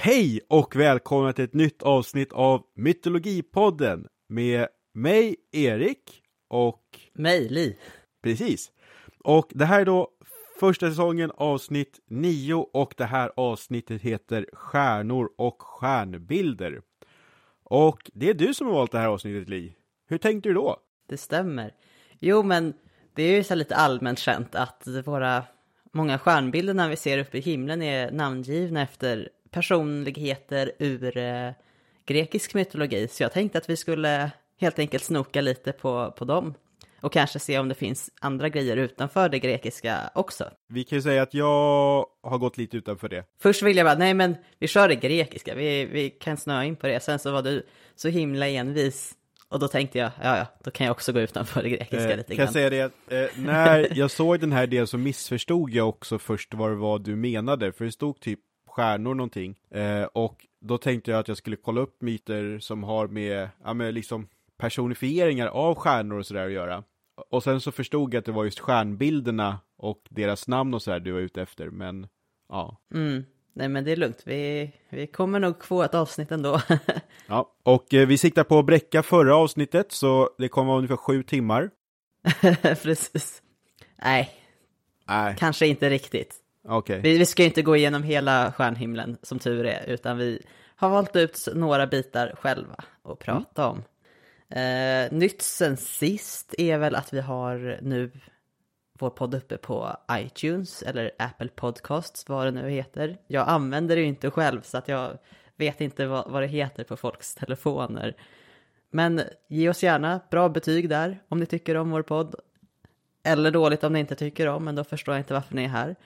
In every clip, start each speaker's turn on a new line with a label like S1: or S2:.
S1: Hej och välkomna till ett nytt avsnitt av Mytologipodden med mig, Erik, och
S2: mig, Li.
S1: Precis. Och det här är då första säsongen, avsnitt 9, och det här avsnittet heter Stjärnor och stjärnbilder. Och det är du som har valt det här avsnittet, Li. Hur tänkte du då?
S2: Det stämmer. Jo, men det är ju så lite allmänt känt att våra många stjärnbilder vi ser uppe i himlen är namngivna efter personligheter ur grekisk mytologi. Så jag tänkte att vi skulle helt enkelt snoka lite på dem. Och kanske se om det finns andra grejer utanför det grekiska också.
S1: Vi kan ju säga att jag har gått lite utanför det.
S2: Först vill jag bara, nej men vi kör det grekiska. Vi kan snöa in på det. Sen så var du så himla envis. Och då tänkte jag, ja, då kan jag också gå utanför det grekiska lite grann.
S1: Kan jag säga det, när jag såg den här delen så missförstod jag också först vad det var du menade. För det stod typ stjärnor någonting. Och då tänkte jag att jag skulle kolla upp myter som har med liksom personifieringar av stjärnor och sådär att göra. Och sen så förstod jag att det var just stjärnbilderna och deras namn och sådär du var ute efter. Men ja.
S2: Nej, men det är lugnt. Vi kommer nog få ett avsnitt ändå.
S1: Ja, och vi siktar på att bräcka förra avsnittet, så det kommer vara ungefär 7 timmar.
S2: Precis. Nej, kanske inte riktigt.
S1: Okay.
S2: Vi ska ju inte gå igenom hela stjärnhimlen som tur är, utan vi har valt ut några bitar själva att prata om. Nytt sen sist är väl att vi har nu vår podd uppe på iTunes eller Apple Podcasts, vad det nu heter. Jag använder det ju inte själv, så att jag vet inte vad det heter på folks telefoner. Men ge oss gärna bra betyg där om ni tycker om vår podd. Eller dåligt om ni inte tycker om, men då förstår jag inte varför ni är här.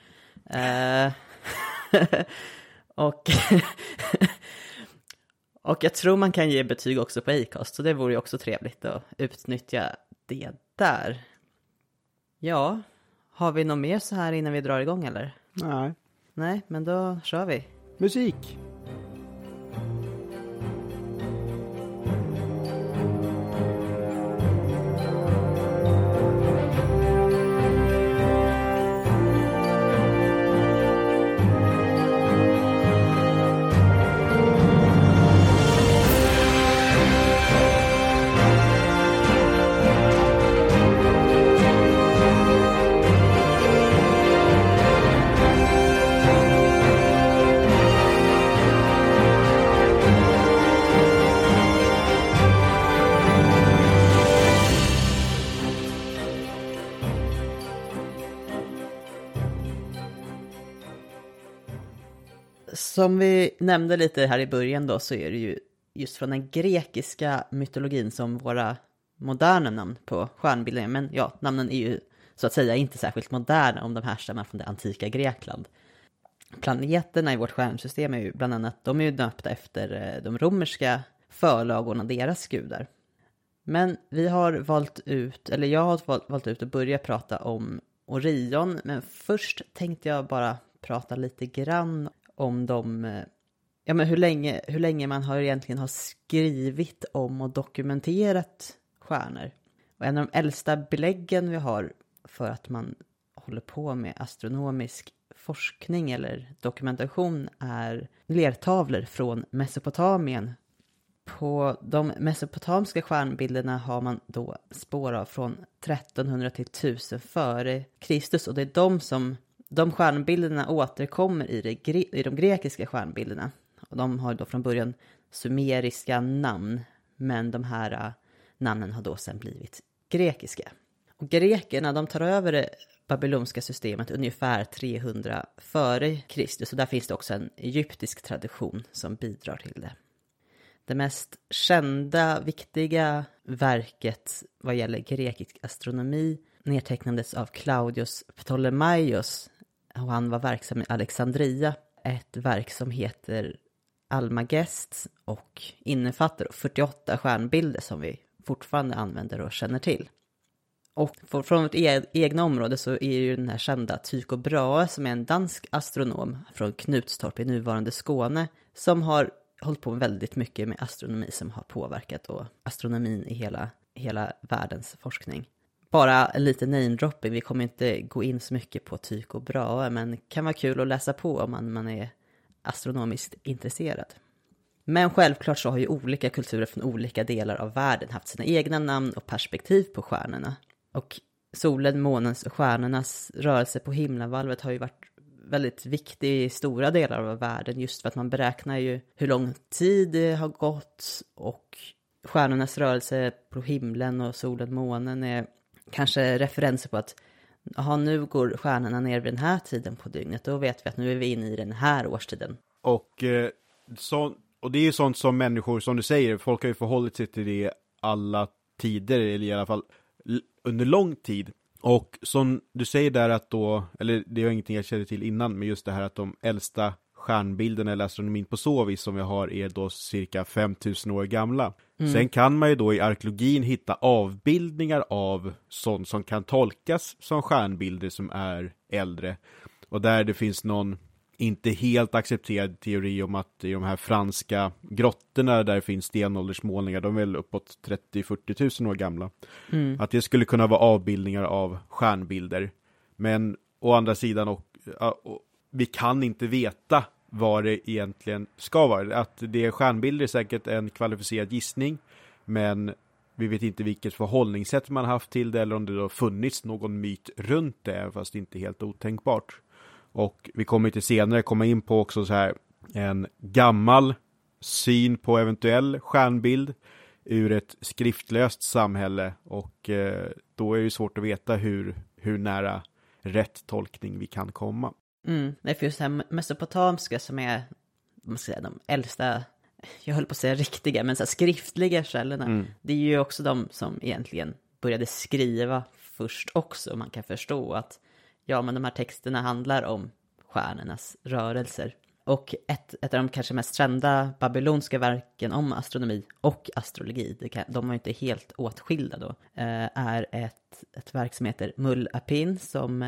S2: Och jag tror man kan ge betyg också på Acast, så det vore ju också trevligt att utnyttja det där. Ja, har vi något mer så här innan vi drar igång eller? Nej, men då kör vi.
S1: Musik!
S2: Som vi nämnde lite här i början då, så är det ju just från den grekiska mytologin som våra moderna namn på stjärnbilder. Men ja, namnen är ju så att säga inte särskilt moderna om de härstammar från det antika Grekland. Planeterna i vårt stjärnsystem är ju bland annat, de är ju döpta efter de romerska förlagorna, deras gudar. Men jag har valt ut att börja prata om Orion. Men först tänkte jag bara prata lite grann om hur länge man egentligen har skrivit om och dokumenterat stjärnor. Och en av de äldsta beläggen vi har för att man håller på med astronomisk forskning eller dokumentation är lertavlor från Mesopotamien. På de mesopotamiska stjärnbilderna har man då spår av från 1300 till 1000 före Kristus, och det är de stjärnbilderna återkommer i de grekiska stjärnbilderna. Och de har då från början sumeriska namn, men de här namnen har då sedan blivit grekiska. Och grekerna, de tar över det babylonska systemet ungefär 300 före Kristus, och där finns det också en egyptisk tradition som bidrar till det. Det mest kända, viktiga verket vad gäller grekisk astronomi nedtecknades av Claudius Ptolemaios, och han var verksam i Alexandria. Ett verk som heter Almagest och innefattar 48 stjärnbilder som vi fortfarande använder och känner till. Och från vårt egna område så är ju den här kända Tycho Brahe, som är en dansk astronom från Knutstorp i nuvarande Skåne, som har hållit på väldigt mycket med astronomi som har påverkat och astronomin i hela världens forskning. Bara en liten namedropping, vi kommer inte gå in så mycket på Tycho Brahe, men kan vara kul att läsa på om man är astronomiskt intresserad. Men självklart så har ju olika kulturer från olika delar av världen haft sina egna namn och perspektiv på stjärnorna. Och solen, månens och stjärnornas rörelse på himlavalvet har ju varit väldigt viktig i stora delar av världen, just för att man beräknar ju hur lång tid det har gått, och stjärnornas rörelse på himlen och solen, månen är kanske referenser på att nu går stjärnorna ner vid den här tiden på dygnet, då vet vi att nu är vi inne i den här årstiden.
S1: Och det är ju sånt som människor, som du säger, folk har ju förhållit sig till det alla tider, eller i alla fall under lång tid. Och som du säger där att då, eller det är ingenting jag kände till innan, men just det här att de äldsta stjärnbilderna eller astronomin på så vis som vi har är då cirka 5000 år gamla. Sen kan man ju då i arkeologin hitta avbildningar av sånt som kan tolkas som stjärnbilder som är äldre. Och där det finns någon inte helt accepterad teori om att i de här franska grottorna där finns stenåldersmålningar, de är väl uppåt 30-40 000 år gamla. Att det skulle kunna vara avbildningar av stjärnbilder. Men å andra sidan, och vi kan inte veta vad det egentligen ska vara. Att det är stjärnbilder är säkert en kvalificerad gissning, men vi vet inte vilket förhållningssätt man haft till det, eller om det då funnits någon myt runt det, fast inte helt otänkbart. Och vi kommer inte senare komma in på också så här en gammal syn på eventuell stjärnbild ur ett skriftlöst samhälle, och då är det svårt att veta hur nära rätt tolkning vi kan komma.
S2: Det är för just det här mesopotamiska som är, man ska säga, de äldsta, jag höll på att säga riktiga, men så här skriftliga källorna. Det är ju också de som egentligen började skriva först också. Man kan förstå att men de här texterna handlar om stjärnornas rörelser. Och ett av de kanske mest kända babylonska verken om astronomi och astrologi, de var inte helt åtskilda då, är ett verk som heter Mull-Apin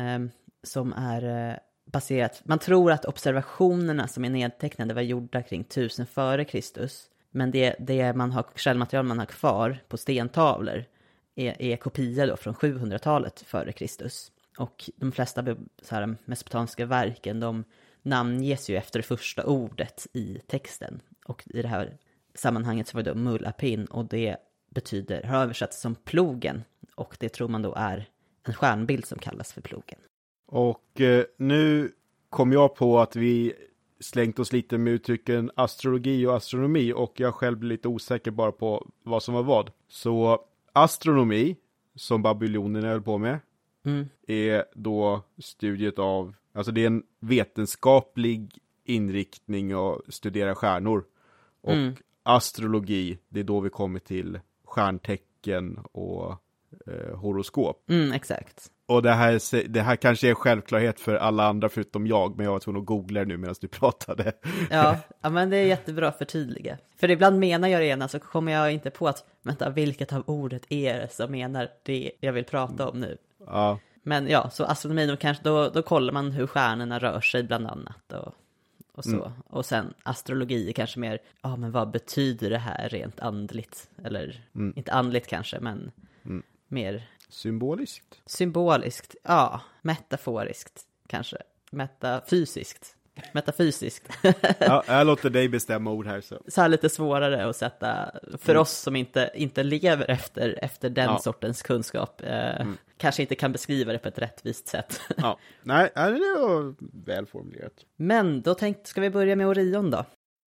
S2: som är baserat, man tror att observationerna som är nedtecknade var gjorda kring 1000 före Kristus, men det källmaterial man har kvar på stentavlor är kopior då från 700-talet före Kristus. Och de flesta så här mesopotamiska verken, de namnges ju efter det första ordet i texten. Och i det här sammanhanget så var det då Mull-Apin, och det har översatts som plogen. Och det tror man då är en stjärnbild som kallas för plogen. Och
S1: nu kom jag på att vi slängt oss lite med uttrycken astrologi och astronomi, och jag själv blir lite osäker bara på vad som var vad. Så astronomi, som babylonerna höll på med, är då studiet av, alltså det är en vetenskaplig inriktning att studera stjärnor. Och astrologi, det är då vi kommer till stjärntecken och horoskop.
S2: Exakt.
S1: Och det här kanske är självklarhet för alla andra förutom jag, men jag var tvungen att googla nu medan du pratade.
S2: Ja, men det är jättebra att förtydliga. För ibland menar jag det ena, så kommer jag inte på att, vänta, vilket av ordet är det som menar det jag vill prata om nu?
S1: Ja.
S2: Men så astronomi, då kollar man hur stjärnorna rör sig bland annat och så. Och sen astrologi är kanske mer, men vad betyder det här rent andligt? Eller inte andligt kanske, men mer symboliskt, metaforiskt kanske, metafysiskt.
S1: Ja, jag låter dig bestämma ord här.
S2: Så här lite svårare att sätta för oss som inte lever efter den sortens kunskap. Kanske inte kan beskriva det på ett rättvist sätt.
S1: Nej, det var välformulerat.
S2: Men då ska vi börja med Orion då.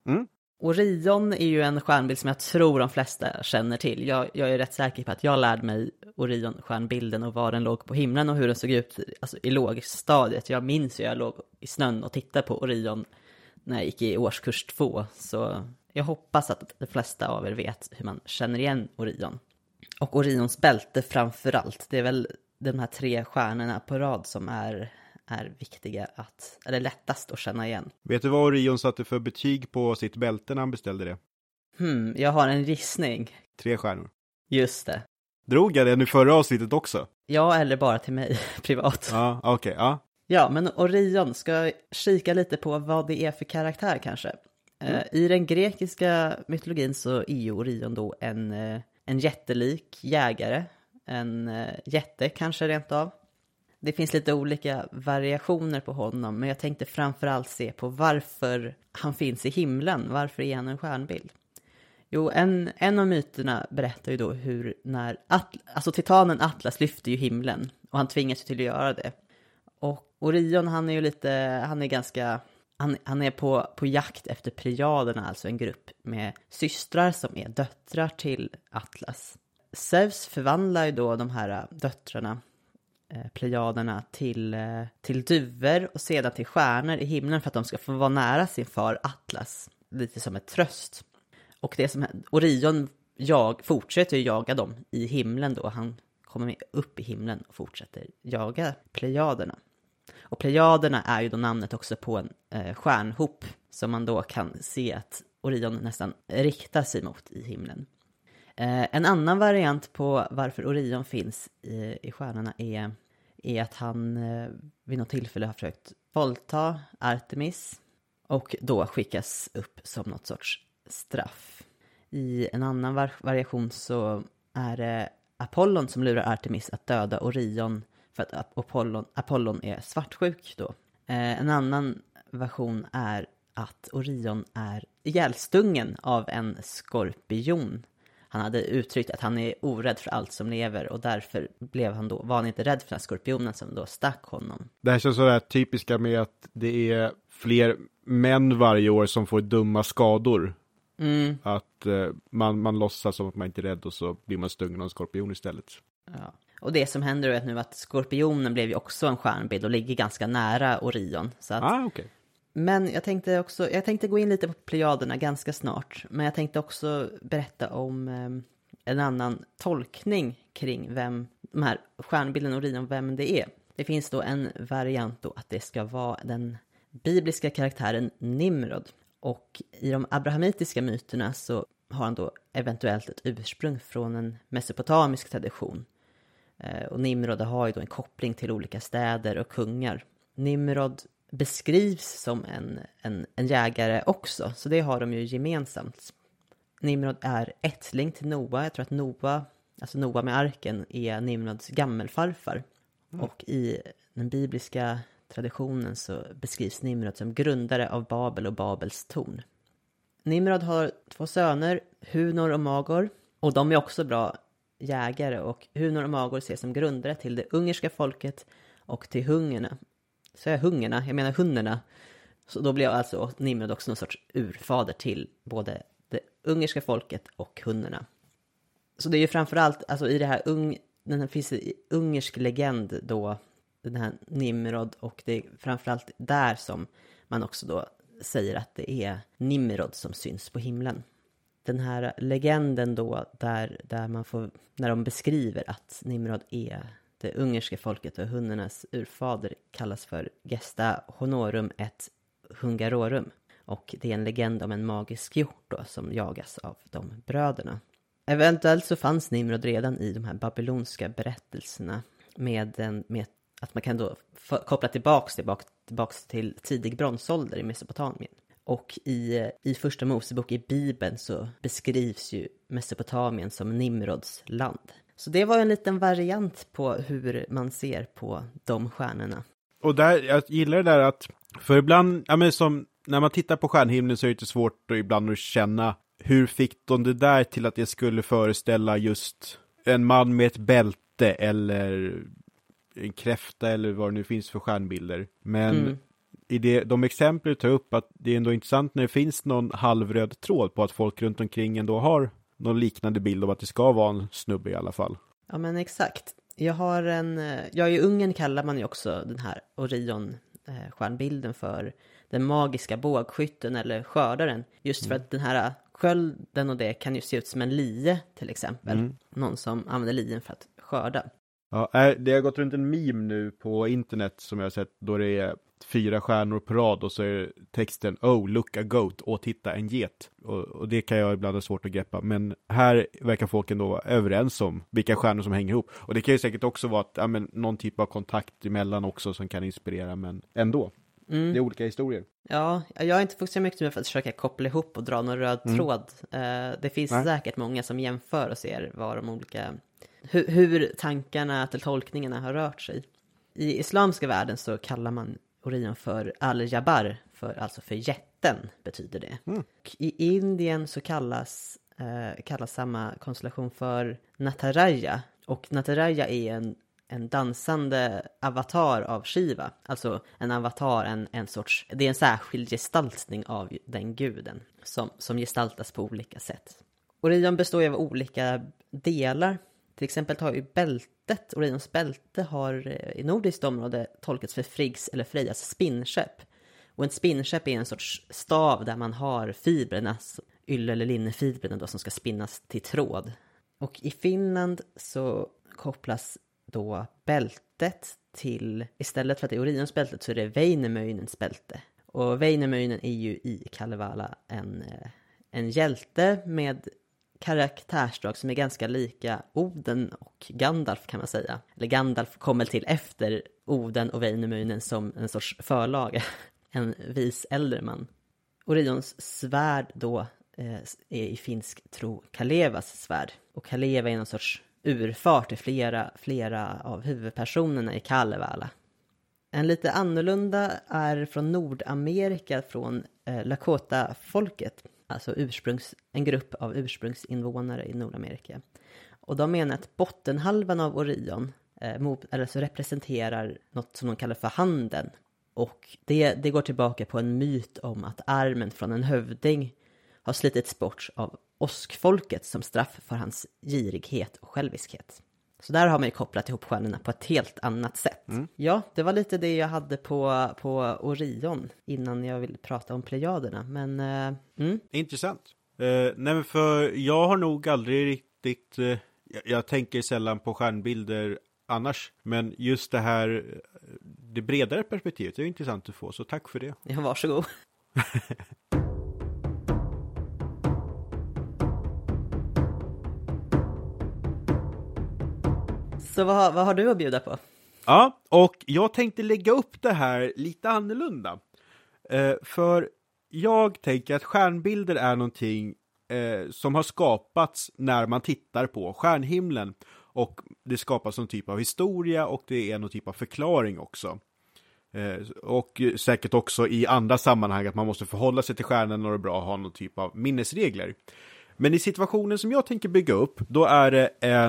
S2: Orion är ju en stjärnbild som jag tror de flesta känner till. Jag är rätt säker på att jag lärde mig Orion-stjärnbilden och var den låg på himlen och hur den såg ut i lågstadiet. Jag minns ju jag låg i snön och tittade på Orion när jag gick i årskurs 2. Så jag hoppas att de flesta av er vet hur man känner igen Orion. Och Orions bälte framförallt. Det är väl de här 3 stjärnorna på rad som är viktiga eller lättast att känna igen.
S1: Vet du vad Orion satte för betyg på sitt bälte när han beställde det?
S2: Jag har en gissning.
S1: 3 stjärnor.
S2: Just det.
S1: Drog jag det nu förra avsnittet också?
S2: Ja, eller bara till mig privat.
S1: Ja, okej. Ja.
S2: Ja, men Orion, ska kika lite på vad det är för karaktär kanske. I den grekiska mytologin så är ju Orion då en jättelik jägare. En jätte kanske rent av. Det finns lite olika variationer på honom, men jag tänkte framförallt se på varför han finns i himlen. Varför är han en stjärnbild? Jo, en av myterna berättar ju då hur när titanen Atlas lyfter ju himlen och han tvingas till att göra det. Och Orion, han är på jakt efter Plejaderna, alltså en grupp med systrar som är döttrar till Atlas. Zeus förvandlar ju då de här döttrarna, Plejaderna, till duvor och sedan till stjärnor i himlen för att de ska få vara nära sin far Atlas, lite som ett tröst. Och det som Orion fortsätter jaga dem i himlen då. Han kommer med upp i himlen och fortsätter jaga Plejaderna. Och Plejaderna är ju då namnet också på en stjärnhop som man då kan se att Orion nästan riktar sig mot i himlen. En annan variant på varför Orion finns i stjärnorna är att han vid något tillfälle har försökt våldta Artemis och då skickas upp som något sorts straff. I en annan variation så är det Apollon som lurar Artemis att döda Orion för att Apollon är svartsjuk då. En annan version är att Orion är ihjälstungen av en skorpion. Han hade uttryckt att han är orädd för allt som lever och därför var han inte rädd för den här skorpionen som då stack honom.
S1: Det här känns sådär typiska med att det är fler män varje år som får dumma skador. Att man låtsas som att man inte är rädd och så blir man stungen av en skorpion istället.
S2: Ja. Och det som händer är nu att skorpionen blev ju också en stjärnbild och ligger ganska nära Orion. Så att,
S1: okay. Men
S2: jag tänkte gå in lite på Plejaderna ganska snart. Men jag tänkte också berätta om en annan tolkning kring de här stjärnbilden Orion, vem det är. Det finns då en variant då att det ska vara den bibliska karaktären Nimrod. Och i de abrahamitiska myterna så har han då eventuellt ett ursprung från en mesopotamisk tradition. Och Nimrod har ju då en koppling till olika städer och kungar. Nimrod beskrivs som en jägare också, så det har de ju gemensamt. Nimrod är ättling till Noa. Jag tror att Noa med arken är Nimrods gammelfarfar. Och i den bibliska traditionen så beskrivs Nimrod som grundare av Babel och Babels torn. Nimrod har 2 söner, Hunor och Magor, och de är också bra jägare, och Hunor och Magor ses som grundare till det ungerska folket och till hungerna. Så jag menar hunnerna. Så då blir alltså Nimrod också någon sorts urfader till både det ungerska folket och hunnerna. Så det är ju framförallt, alltså i det här den finns en ungersk legend då, den här Nimrod, och det är framförallt där som man också då säger att det är Nimrod som syns på himlen. Den här legenden då när de beskriver att Nimrod är det ungerska folket och hunnernas urfader kallas för Gesta Honorum et Hungarorum. Och det är en legend om en magisk hjort då, som jagas av de bröderna. Eventuellt så fanns Nimrod redan i de här babylonska berättelserna med att man kan då koppla tillbaks till tidig bronsålder i Mesopotamien. Och i första Mosebok i Bibeln så beskrivs ju Mesopotamien som Nimrods land. Så det var en liten variant på hur man ser på de stjärnorna.
S1: Och jag gillar det där att, för ibland, som när man tittar på stjärnhimlen så är det lite svårt och ibland att känna hur fick de det där till att det skulle föreställa just en man med ett bälte eller en kräfta eller vad det nu finns för stjärnbilder. Men i de exempel du tar upp, att det är ändå intressant när det finns någon halvröd tråd på att folk runt omkring ändå har någon liknande bild av att det ska vara en snubbe i alla fall.
S2: Ja, men exakt. I Ungern kallar man ju också den här Orion-stjärnbilden för den magiska bågskytten eller skördaren. Just för att den här skölden och det kan ju se ut som en lie till exempel. Någon som använder lien för att skörda.
S1: Ja, det har gått runt en meme nu på internet som jag har sett, då det är 4 stjärnor på rad och så är texten "Oh, look a goat" och "titta en get". Och det kan jag ibland ha svårt att greppa, men här verkar folk ändå vara överens om vilka stjärnor som hänger ihop. Och det kan ju säkert också vara att, någon typ av kontakt emellan också som kan inspirera, men ändå. Det är olika historier.
S2: Ja, jag har inte fokuserat mycket med för att försöka koppla ihop och dra någon röd tråd. Det finns säkert många som jämför och ser vad de olika hur tankarna till tolkningarna har rört sig. I islamska världen så kallar man Orion för Al-Jabbar, alltså för jätten betyder det. Och i Indien så kallas samma konstellation för Nataraya. Och Nataraya är en dansande avatar av Shiva. Alltså en avatar, det är en särskild gestaltning av den guden som gestaltas på olika sätt. Orion består ju av olika delar. Till exempel har ju Orions bälte har i nordiskt område tolkats för Friggs eller Frejas spinnskepp. Och en spinnskepp är en sorts stav där man har fibrerna, ylle- eller linnefibrerna då, som ska spinnas till tråd. Och i Finland så kopplas då bältet till, istället för att det är Orions bältet så är det Väinämöinens bälte. Och Väinämöinen är ju i Kalevala en hjälte med karaktärsdrag som är ganska lika Oden och Gandalf kan man säga. Eller Gandalf kommer till efter Oden och Väinämöinen som en sorts förlaga. En vis äldre man. Orions svärd då är i finsk tro Kalevas svärd. Och Kaleva är en sorts urfart till flera av huvudpersonerna i Kalevala. En lite annorlunda är från Nordamerika, från Lakota-folket. Alltså en grupp av ursprungsinvånare i Nordamerika. Och de menar att bottenhalvan av Orion alltså representerar något som de kallar för handen. Och det går tillbaka på en myt om att armen från en hövding har slitits bort av åskfolket som straff för hans girighet och själviskhet. Så där har man ju kopplat ihop stjärnorna på ett helt annat sätt. Ja, det var lite det jag hade på Orion innan jag ville prata om Plejaderna. Men,
S1: Intressant. Nej, men för jag har nog aldrig riktigt... jag tänker sällan på stjärnbilder annars. Men just det bredare perspektivet är intressant att få. Så tack för det.
S2: Ja, varsågod. Så vad har du att bjuda på?
S1: Ja, och jag tänkte lägga upp det här lite annorlunda. För jag tänker att stjärnbilder är någonting som har skapats när man tittar på stjärnhimlen. Och det skapas någon typ av historia och det är någon typ av förklaring också. Och säkert också i andra sammanhang att man måste förhålla sig till stjärnan och det är bra att ha någon typ av minnesregler. Men i situationen som jag tänker bygga upp, då är det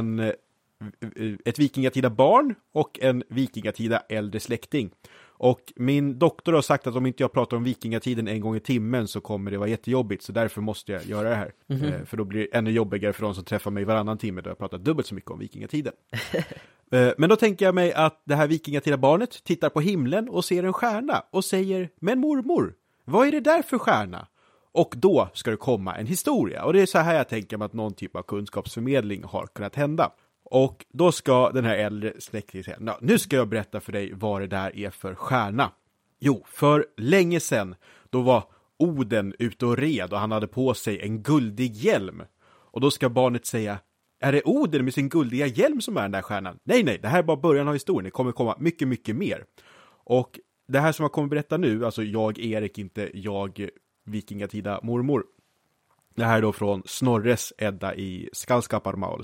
S1: ett vikingatida barn och en vikingatida äldre släkting. Och min doktor har sagt att om inte jag pratar om vikingatiden en gång i timmen så kommer det vara jättejobbigt, så därför måste jag göra det här. För då blir det ännu jobbigare för de som träffar mig varannan timme då jag pratar dubbelt så mycket om vikingatiden. Men då tänker jag mig att det här vikingatida barnet tittar på himlen och ser en stjärna och säger: men mormor, vad är det där för stjärna? Och då ska det komma en historia. Och det är så här jag tänker mig att någon typ av kunskapsförmedling har kunnat hända. Och då ska den här äldre släktingen säga: nu ska jag berätta för dig vad det där är för stjärna. Jo, för länge sedan då var Oden ute och red och han hade på sig en guldig hjälm. Och då ska barnet säga: är det Oden med sin guldiga hjälm som är den där stjärnan? Nej, det här är bara början av historien. Det kommer komma mycket, mycket mer. Och det här som jag kommer berätta nu, alltså jag Erik, inte jag vikingatida mormor. Det här är då från Snorres Edda i Skaldskaparmaul,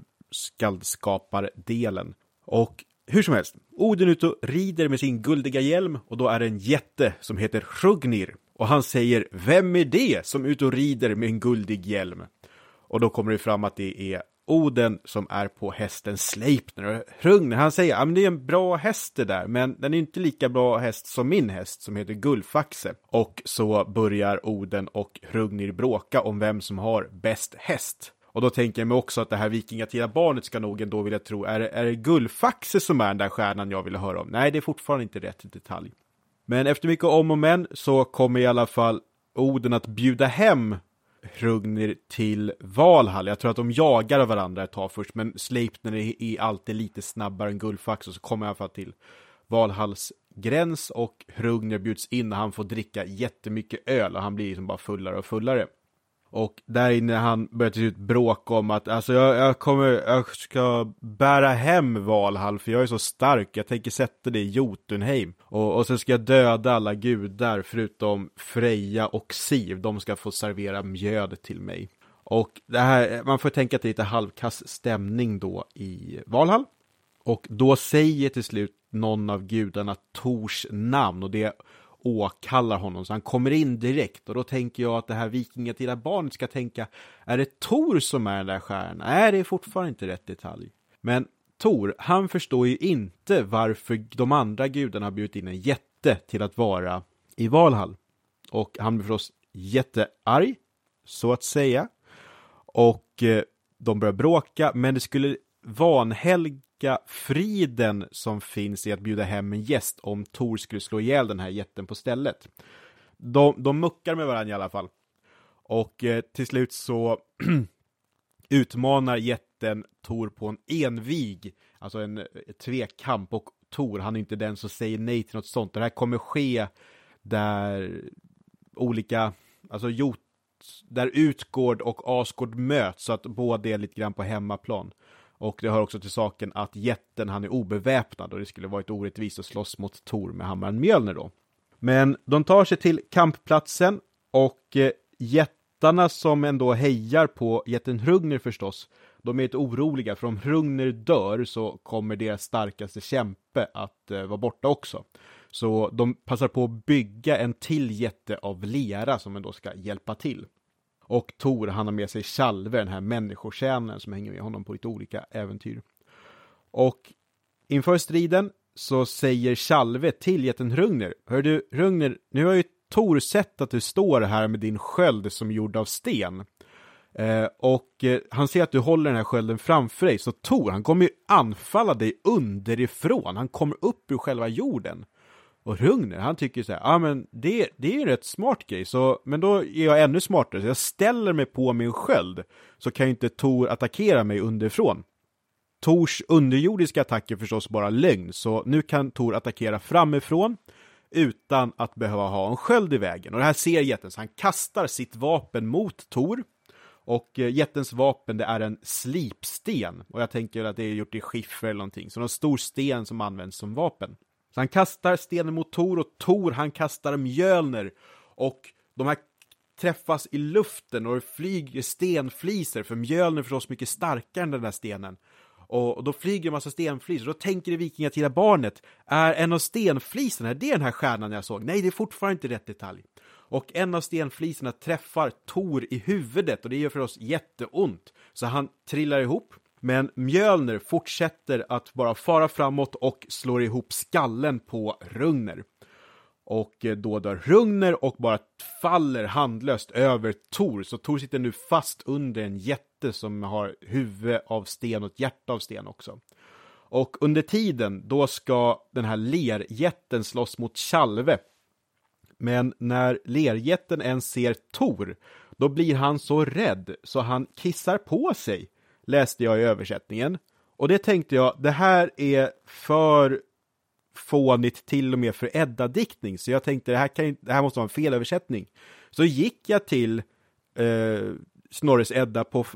S1: skaldskapardelen. Och hur som helst, Oden ut och rider med sin guldiga hjälm och då är det en jätte som heter Hrungnir. Och han säger: vem är det som ut och rider med en guldig hjälm? Och då kommer det fram att det är Oden som är på hästen Sleipner. Och Hrungnir, han säger: men det är en bra häst det där, men den är inte lika bra häst som min häst som heter Gullfaxe. Och så börjar Oden och Hrungnir bråka om vem som har bäst häst. Och då tänker jag mig också att det här vikingatida barnet ska nog ändå vilja tro: är det Gullfaxe som är den där stjärnan jag ville höra om? Nej, det är fortfarande inte rätt detalj. Men efter mycket om och men så kommer i alla fall Oden att bjuda hem Hrungnir till Valhall. Jag tror att de jagar varandra ett tag först, men Sleipner är alltid lite snabbare än Gullfaxe, och så kommer jag i alla fall till Valhalls gräns och Hrungnir bjuds in och han får dricka jättemycket öl och han blir liksom bara fullare och fullare. Och där inne han börjar till slut bråka om att alltså jag ska bära hem Valhall för jag är så stark. Jag tänker sätta det i Jotunheim. Och sen ska jag döda alla gudar förutom Freja och Siv. De ska få servera mjöd till mig. Och det här, man får tänka att det är lite halvkass stämning då i Valhall. Och då säger till slut någon av gudarna Tors namn och det åkallar honom, så han kommer in direkt. Och då tänker jag att det här vikingatida barnet ska tänka, är det Tor som är den där stjärnan? Nej, det är fortfarande inte rätt detalj. Men Tor, han förstår ju inte varför de andra gudarna har bjudit in en jätte till att vara i Valhall. Och han blir förstås jättearg, så att säga. Och de börjar bråka, men det skulle vanhelga friden som finns i att bjuda hem en gäst om Tor skulle slå ihjäl den här jätten på stället. De muckar med varandra i alla fall. Och till slut så utmanar jätten Tor på en envig, alltså en tvekamp, och Tor, han är inte den som säger nej till något sånt. Det här kommer ske där olika, alltså där Utgård och Asgård möts, så att båda är lite grann på hemmaplan. Och det hör också till saken att jätten, han är obeväpnad och det skulle varit orättvist att slåss mot Tor med hammaren Mjölner då. Men de tar sig till kampplatsen och jättarna som ändå hejar på jätten Hrungnir förstås, de är lite oroliga, för om Hrungnir dör så kommer deras starkaste kämpe att vara borta också. Så de passar på att bygga en till jätte av lera som ändå ska hjälpa till. Och Tor, han har med sig Tjalve, den här människotjänaren som hänger med honom på lite olika äventyr. Och inför striden så säger Tjalve till jätten Hrungnir: hör du Hrungnir, nu har ju Tor sett att du står här med din sköld som är gjord av sten. Han ser att du håller den här skölden framför dig, så Tor, han kommer ju anfalla dig underifrån. Han kommer upp ur själva jorden. Och Hrungnir, han tycker så här, men det är ju en rätt smart grej, men då är jag ännu smartare, så jag ställer mig på min sköld, så kan ju inte Tor attackera mig underifrån. Tors underjordiska attack är förstås bara lögn, så nu kan Tor attackera framifrån utan att behöva ha en sköld i vägen. Och det här ser jätten, så han kastar sitt vapen mot Tor. Och jättens vapen, det är en slipsten. Och jag tänker att det är gjort i skiffer eller någonting. Så en stor sten som används som vapen. Så han kastar stenen mot Tor, och Tor, han kastar Mjölner. Och de här träffas i luften och flyger stenfliser. För Mjölner är förstås mycket starkare än den där stenen. Och då flyger en massa stenflisor. Då tänker det vikingatida barnet, är en av stenfliserna, det är den här stjärnan jag såg? Nej, det är fortfarande inte rätt detalj. Och en av stenfliserna träffar Tor i huvudet, och det gör för oss jätteont. Så han trillar ihop. Men Mjölner fortsätter att bara fara framåt och slår ihop skallen på Hrungnir. Och då dör Hrungnir och bara faller handlöst över Tor. Så Tor sitter nu fast under en jätte som har huvud av sten och ett hjärta av sten också. Och under tiden då ska den här lerjätten slåss mot Tjalve. Men när lerjätten ens ser Tor, då blir han så rädd så han kissar på sig, läste jag i översättningen. Och det tänkte jag, det här är för fånigt till och med för Edda-diktning. Så jag tänkte, det här måste vara en felöversättning. Så gick jag till Snorres Edda på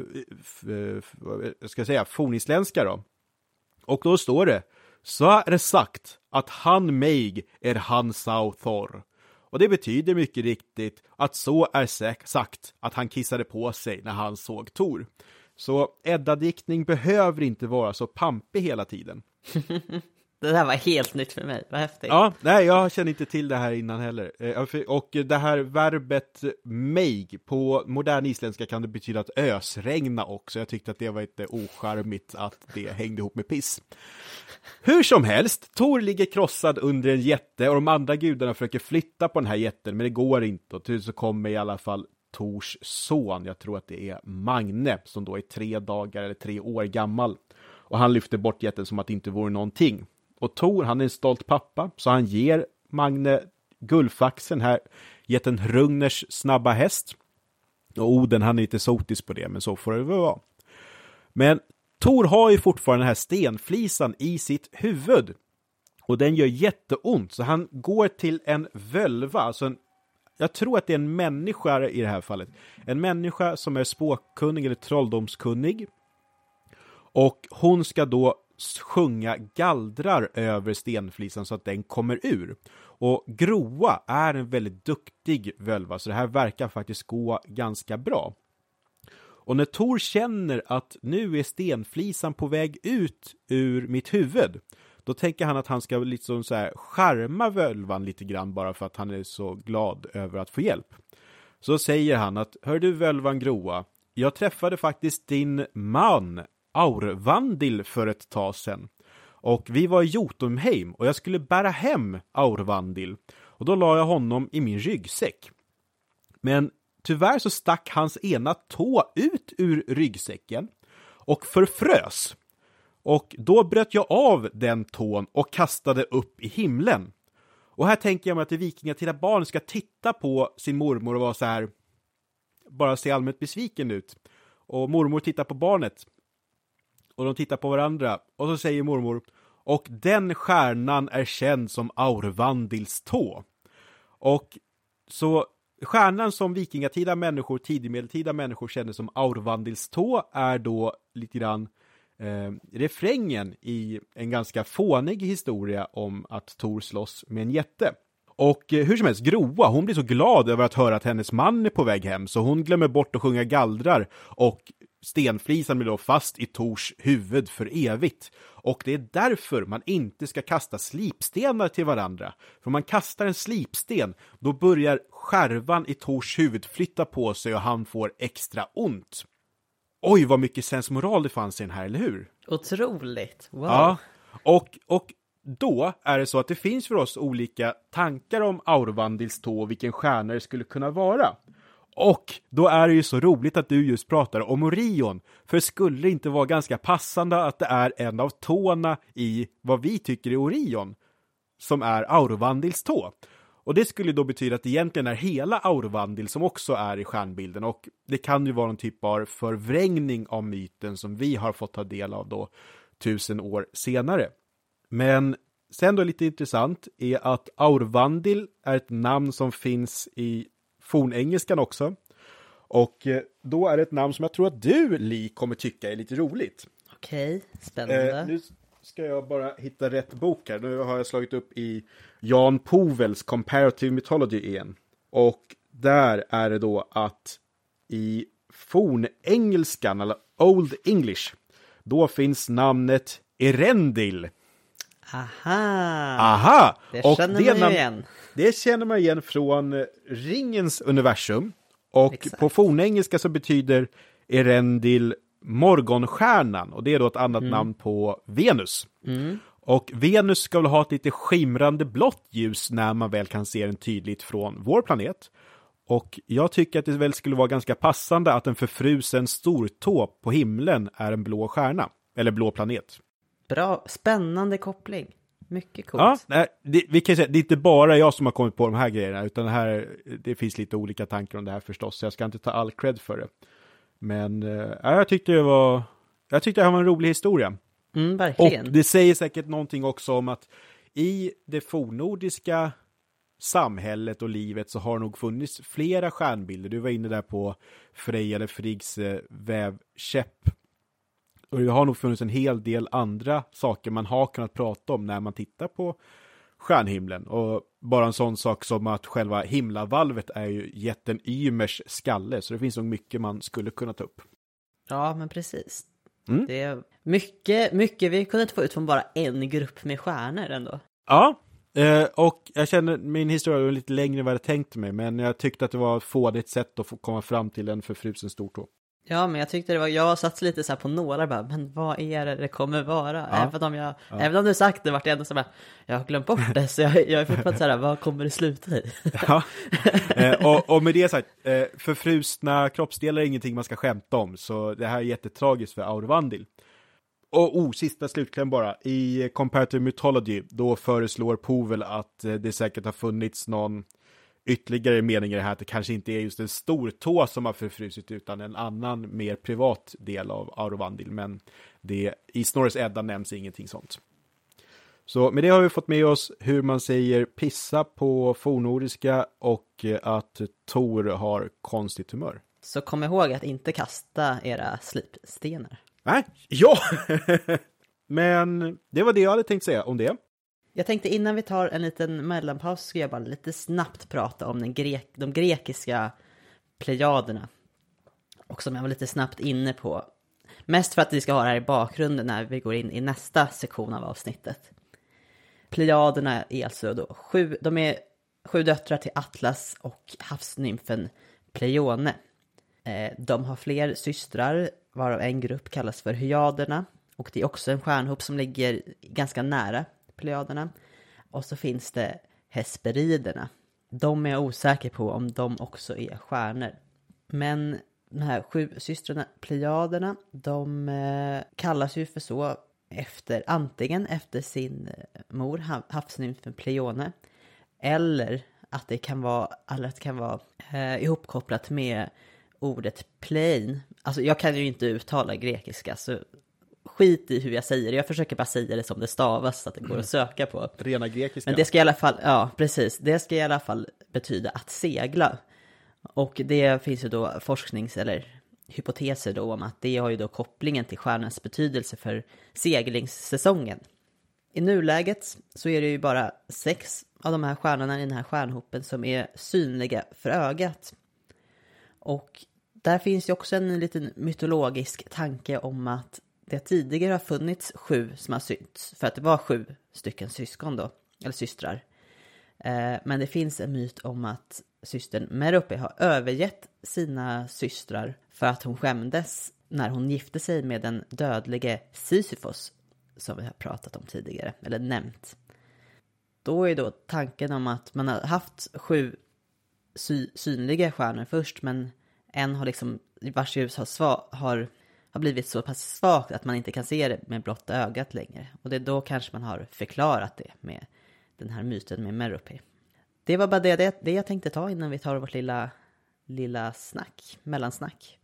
S1: fornisländska då. Och då står det: så är det sagt att han mig är han sau Thor. Och det betyder mycket riktigt att så är sagt att han kissade på sig när han såg Tor. Så Edda-diktning behöver inte vara så pampig hela tiden.
S2: Det där var helt nytt för mig, vad häftigt.
S1: Ja, nej, jag känner inte till det här innan heller. Och det här verbet meig, på modern isländska kan det betyda att ösregna också. Jag tyckte att det var lite ocharmigt att det hängde ihop med piss. Hur som helst, Tor ligger krossad under en jätte och de andra gudarna försöker flytta på den här jätten, men det går inte. Och till så kommer i alla fall Tors son, jag tror att det är Magne, som då är 3 dagar eller 3 år gammal. Och han lyfter bort jätten som att det inte vore någonting. Och Tor, han är en stolt pappa, så han ger Magne Gullfaxen här, jätten Hrungnirs snabba häst. Och Oden, han är lite sotis på det, men så får det vara. Men Tor har ju fortfarande den här stenflisan i sitt huvud. Och den gör jätteont, så han går till en völva, alltså jag tror att det är en människa i det här fallet. En människa som är spåkkunnig eller trolldomskunnig. Och hon ska då sjunga gallrar över stenflisan så att den kommer ur. Och Groa är en väldigt duktig völva, så det här verkar faktiskt gå ganska bra. Och när Tor känner att nu är stenflisan på väg ut ur mitt huvud, Då tänker han att han ska liksom så här charma völvan lite grann bara för att han är så glad över att få hjälp. Så säger han att, hör du völvan Groa, jag träffade faktiskt din man Aurvandil för ett tag sedan. Och vi var i Jotunheim och jag skulle bära hem Aurvandil. Och då la jag honom i min ryggsäck. Men tyvärr så stack hans ena tå ut ur ryggsäcken och förfrös. Och då bröt jag av den tån och kastade upp i himlen. Och här tänker jag mig att det vikingatida barn ska titta på sin mormor och vara så här, bara se allmänt besviken ut. Och mormor tittar på barnet. Och de tittar på varandra. Och så säger mormor, och den stjärnan är känd som Aurvandils tå. Och så stjärnan som vikingatida människor, tidigmedeltida människor känner som Aurvandils tå är då lite grann refrängen i en ganska fånig historia om att Tor slåss med en jätte. Och hur som helst, Groa, hon blir så glad över att höra att hennes man är på väg hem så hon glömmer bort att sjunga gallrar och stenflisan blir då fast i Tors huvud för evigt. Och det är därför man inte ska kasta slipstenar till varandra. För om man kastar en slipsten, då börjar skärvan i Tors huvud flytta på sig och han får extra ont. Oj, vad mycket sensmoral det fanns i den här, eller hur?
S2: Otroligt, wow.
S1: Ja, och då är det så att det finns för oss olika tankar om Aurvandils tå och vilken stjärna det skulle kunna vara. Och då är det ju så roligt att du just pratar om Orion. För skulle det inte vara ganska passande att det är en av tårna i vad vi tycker är Orion som är Aurvandils tå. Och det skulle då betyda att det egentligen är hela Aurvandil som också är i stjärnbilden. Och det kan ju vara en typ av förvrängning av myten som vi har fått ta del av då 1000 år senare. Men sen då lite intressant är att Aurvandil är ett namn som finns i fornengelskan också. Och då är det ett namn som jag tror att du, Li, kommer tycka är lite roligt.
S2: Okej, spännande.
S1: Nu ska jag bara hitta rätt bok här. Nu har jag slagit upp i Jan Povels Comparative Mythology igen. Och där är det då att i fornengelskan, eller Old English, då finns namnet Erendil.
S2: Aha! Det
S1: och
S2: känner man ju igen.
S1: Det känner man igen från Ringens universum. Och
S2: Exakt.
S1: på fornengelska så betyder Erendil morgonstjärnan. Och det är då ett annat namn på Venus. Och Venus ska väl ha ett lite skimrande blått ljus när man väl kan se den tydligt från vår planet. Och jag tycker att det väl skulle vara ganska passande att en förfrusen stortå på himlen är en blå stjärna. Eller blå planet.
S2: Bra, spännande koppling. Mycket coolt.
S1: Ja, vi kan säga det är inte bara jag som har kommit på de här grejerna, utan det finns lite olika tankar om det här förstås, så jag ska inte ta all cred för det. Men jag tyckte det var en rolig historia.
S2: Verkligen.
S1: Och det säger säkert någonting också om att i det fornnordiska samhället och livet så har nog funnits flera stjärnbilder. Du var inne där på Freja eller Friggs vävkäpp. Och det har nog funnits en hel del andra saker man har kunnat prata om när man tittar på stjärnhimlen. Och bara en sån sak som att själva himlavalvet är ju jätten Ymers skalle. Så det finns nog mycket man skulle kunna ta upp.
S2: Ja, men precis. Det är mycket vi kunde inte få ut från bara en grupp med stjärnor ändå.
S1: Ja, och jag känner min historia var lite längre än vad jag tänkte mig. Men jag tyckte att det var fådigt sätt att få komma fram till en förfrusen stortå.
S2: Ja, men jag tyckte det var, jag satt lite så här på nålar bara, men vad är det kommer vara? Ja. Även om du sagt det vart det ändå så bara, jag har glömt bort det, så jag är fortfarande så här, vad kommer det sluta i?
S1: Ja, och med det sagt, förfrusna kroppsdelar är ingenting man ska skämta om, så det här är jättetragiskt för Aurvandil. Och sista slutkläm bara, i Comparative Mythology, då föreslår Povel att det säkert har funnits någon ytterligare mening i det här, att det kanske inte är just en stor tå som har förfrusit utan en annan mer privat del av Aurvandil, men i Snorres Edda nämns ingenting sånt. Så med det har vi fått med oss hur man säger pissa på fornnordiska och att Tor har konstigt humör.
S2: Så kom ihåg att inte kasta era slipstenar.
S1: Nej, ja! Men det var det jag hade tänkt säga om det.
S2: Jag tänkte innan vi tar en liten mellanpaus ska jag bara lite snabbt prata om de grekiska plejaderna. Och som jag var lite snabbt inne på. Mest för att vi ska ha det här i bakgrunden när vi går in i nästa sektion av avsnittet. Plejaderna är alltså då de är 7 döttrar till Atlas och havsnymfen Pleione. De har fler systrar, varav en grupp kallas för Hyaderna. Och det är också en stjärnhop som ligger ganska nära Plejaderna. Och så finns det Hesperiderna. De är jag osäker på om de också är stjärnor. Men de här 7 systrarna Plejaderna, de kallas ju för så antingen efter sin mor, havsnymfen Pleione, eller att det kan vara ihopkopplat med ordet plein. Alltså jag kan ju inte uttala grekiska, så skit i hur jag säger det. Jag försöker bara säga det som det stavas så att det går att söka på.
S1: Rena grekiska.
S2: Men det ska i alla fall, ja precis, det ska i alla fall betyda att segla. Och det finns ju då eller hypoteser då om att det har ju då kopplingen till stjärnans betydelse för seglingssäsongen. I nuläget så är det ju bara 6 av de här stjärnorna i den här stjärnhopen som är synliga för ögat. Och där finns ju också en liten mytologisk tanke om att det tidigare har funnits 7 som har synts. För att det var 7 stycken syskon då, eller systrar. Men det finns en myt om att systern Merope har övergett sina systrar för att hon skämdes när hon gifte sig med den dödlige Sisyfos, som vi har pratat om tidigare, eller nämnt. Då är då tanken om att man har haft 7 synliga stjärnor först, men en har liksom, vars ljus har blivit så pass svagt att man inte kan se det med blotta ögat längre. Och det är då kanske man har förklarat det med den här myten med Merope. Det var bara det jag tänkte ta innan vi tar vårt lilla mellansnack.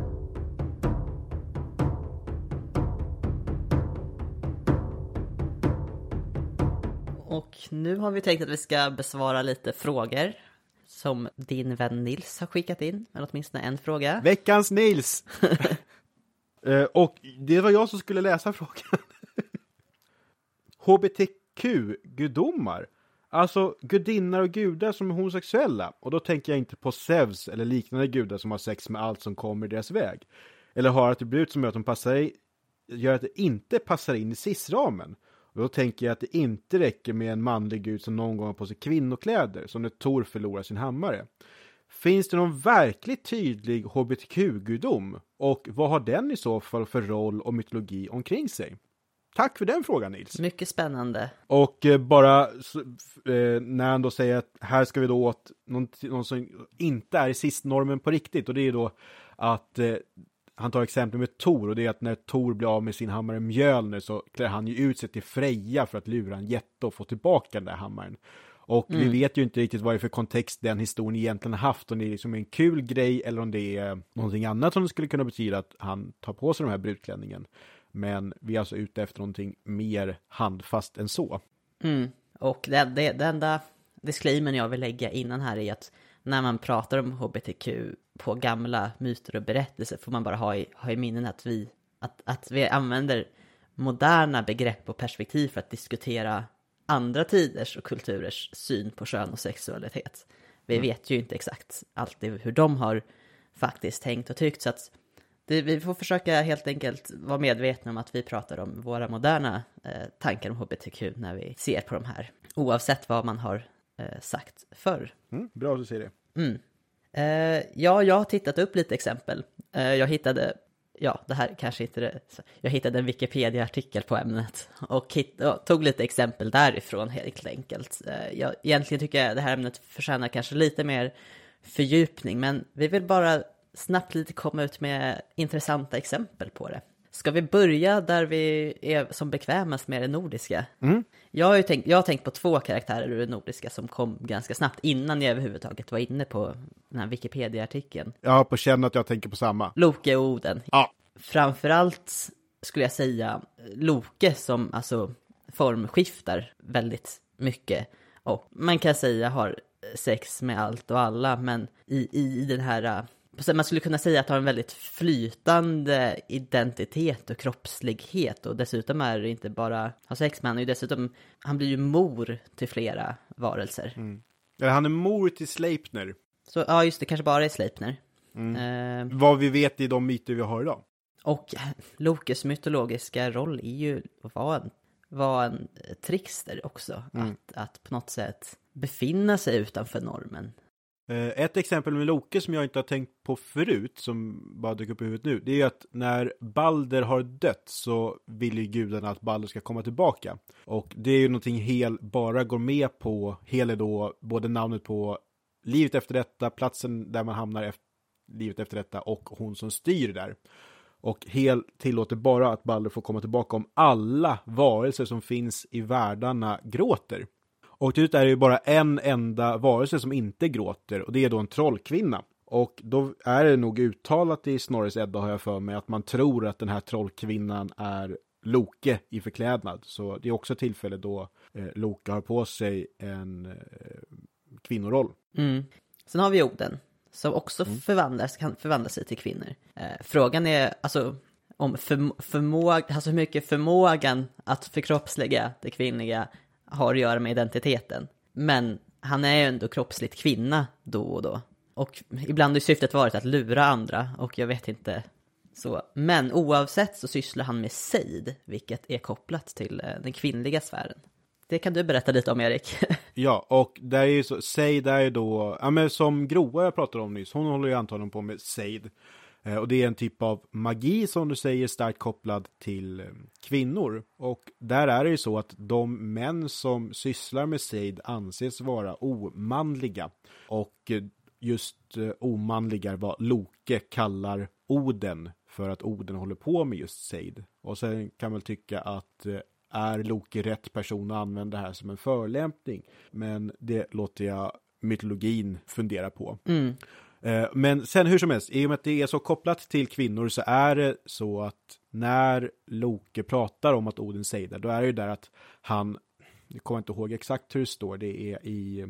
S2: Och nu har vi tänkt att vi ska besvara lite frågor som din vän Nils har skickat in. Eller åtminstone en fråga.
S1: Veckans Nils! Och det var jag som skulle läsa frågan. HBTQ-gudomar. Alltså gudinnor och gudar som är homosexuella. Och då tänker jag inte på Zeus eller liknande gudar som har sex med allt som kommer i deras väg. Eller har attribut som gör att gör att det inte passar in i cis-ramen. Och då tänker jag att det inte räcker med en manlig gud som någon gång har på sig kvinnokläder. Som när Thor förlorar sin hammare. Finns det någon verkligt tydlig HBTQ-gudom? Och vad har den i så fall för roll och mytologi omkring sig? Tack för den frågan, Nils.
S2: Mycket spännande.
S1: Och när han då säger att här ska vi då åt någon som inte är i cis-normen på riktigt. Och det är då att han tar exempel med Thor. Och det är att när Thor blir av med sin hammare Mjölner så klär han ju ut sig till Freja för att lura en jätte och få tillbaka den där hammaren. Och vi vet ju inte riktigt vad det är för kontext den historien egentligen har haft. Om det är liksom en kul grej eller om det är någonting annat som det skulle kunna betyda att han tar på sig den här brudklänningen. Men vi är alltså ute efter någonting mer handfast än så.
S2: Och det enda disclaimern jag vill lägga innan här är att när man pratar om HBTQ på gamla myter och berättelser får man bara ha i minnen att vi använder moderna begrepp och perspektiv för att diskutera andra tiders och kulturers syn på kön och sexualitet. Vi vet ju inte exakt alltid hur de har faktiskt tänkt och tyckt, så att vi får försöka helt enkelt vara medvetna om att vi pratar om våra moderna tankar om HBTQ när vi ser på de här, oavsett vad man har sagt förr.
S1: Bra att du säger det.
S2: Jag har tittat upp lite exempel. Jag hittade en Wikipedia-artikel på ämnet och tog lite exempel därifrån helt enkelt. Egentligen tycker jag det här ämnet förtjänar kanske lite mer fördjupning, men vi vill bara snabbt lite komma ut med intressanta exempel på det. Ska vi börja där vi är som bekvämast med det nordiska? Jag har tänkt på 2 karaktärer ur det nordiska som kom ganska snabbt innan jag överhuvudtaget var inne på den här Wikipedia-artikeln.
S1: Jag har på känn att jag tänker på samma.
S2: Loke och Oden.
S1: Ja.
S2: Framförallt skulle jag säga Loke som alltså formskiftar väldigt mycket. Och man kan säga har sex med allt och alla, men i den här... Man skulle kunna säga att han har en väldigt flytande identitet och kroppslighet. Och dessutom är det inte bara ha sex, men han blir ju mor till flera varelser.
S1: Han är mor till Sleipner.
S2: Så ja, just det, kanske bara är Sleipner.
S1: Vad vi vet i de myter vi har idag.
S2: Och Lokes mytologiska roll är ju att vara vara en trickster också. Att på något sätt befinna sig utanför normen.
S1: Ett exempel med Loke som jag inte har tänkt på förut, som bara dyker upp i huvudet nu, det är ju att när Balder har dött så vill ju gudarna att Balder ska komma tillbaka. Och det är ju någonting Hel bara går med på. Hel är då både namnet på livet efter detta, platsen där man hamnar livet efter detta och hon som styr där. Och Hel tillåter bara att Balder får komma tillbaka om alla varelser som finns i världarna gråter. Och till slut är det ju bara en enda varelse som inte gråter, och det är då en trollkvinna. Och då är det nog uttalat i Snorres Edda, har jag för mig, att man tror att den här trollkvinnan är Loke i förklädnad. Så det är också ett tillfälle då Loke har på sig en kvinnoroll.
S2: Sen har vi Oden, som också kan förvandla sig till kvinnor. Frågan är alltså om hur mycket förmågan att förkroppsliga det kvinnliga har att göra med identiteten. Men han är ju ändå kroppsligt kvinna då och då. Och ibland har syftet varit att lura andra, och jag vet inte så. Men oavsett så sysslar han med sejd, vilket är kopplat till den kvinnliga sfären. Det kan du berätta lite om, Erik.
S1: Ja, och det är ju så, sejd är ju då, ja men som Groa jag pratade om nyss, hon håller ju antagligen på med sejd. Och det är en typ av magi som du säger starkt kopplad till kvinnor. Och där är det ju så att de män som sysslar med sejd anses vara omanliga. Och just omanliga är vad Loke kallar Oden, för att Oden håller på med just sejd. Och sen kan man tycka att är Loke rätt person att använda det här som en förolämpning? Men det låter jag mytologin fundera på. Men sen hur som helst, i och med att det är så kopplat till kvinnor så är det så att när Loke pratar om att Oden säger det, då är det ju där att han, jag kommer inte ihåg exakt hur det står, det är i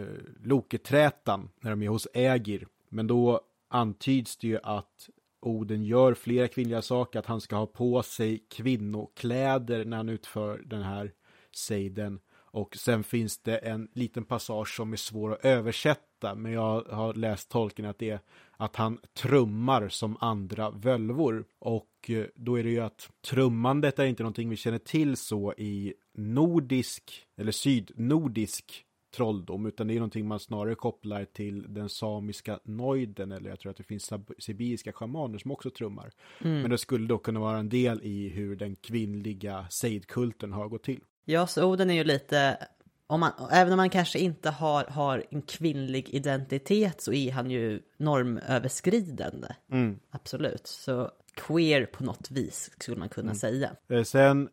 S1: Loketrätan när de är hos Ägir. Men då antyds det ju att Oden gör flera kvinnliga saker, att han ska ha på sig kvinnokläder när han utför den här sejden. Och sen finns det en liten passage som är svår att översätta, men jag har läst tolken att det är att han trummar som andra völvor. Och då är det ju att trummandet är inte någonting vi känner till så i nordisk eller sydnordisk trolldom, utan det är någonting man snarare kopplar till den samiska nojden, eller jag tror att det finns sibiriska shamaner som också trummar. Men det skulle då kunna vara en del i hur den kvinnliga sejdkulten har gått till.
S2: Ja, så Oden är ju lite, även om man kanske inte har en kvinnlig identitet, så är han ju normöverskridande. Absolut. Så queer på något vis skulle man kunna säga.
S1: Sen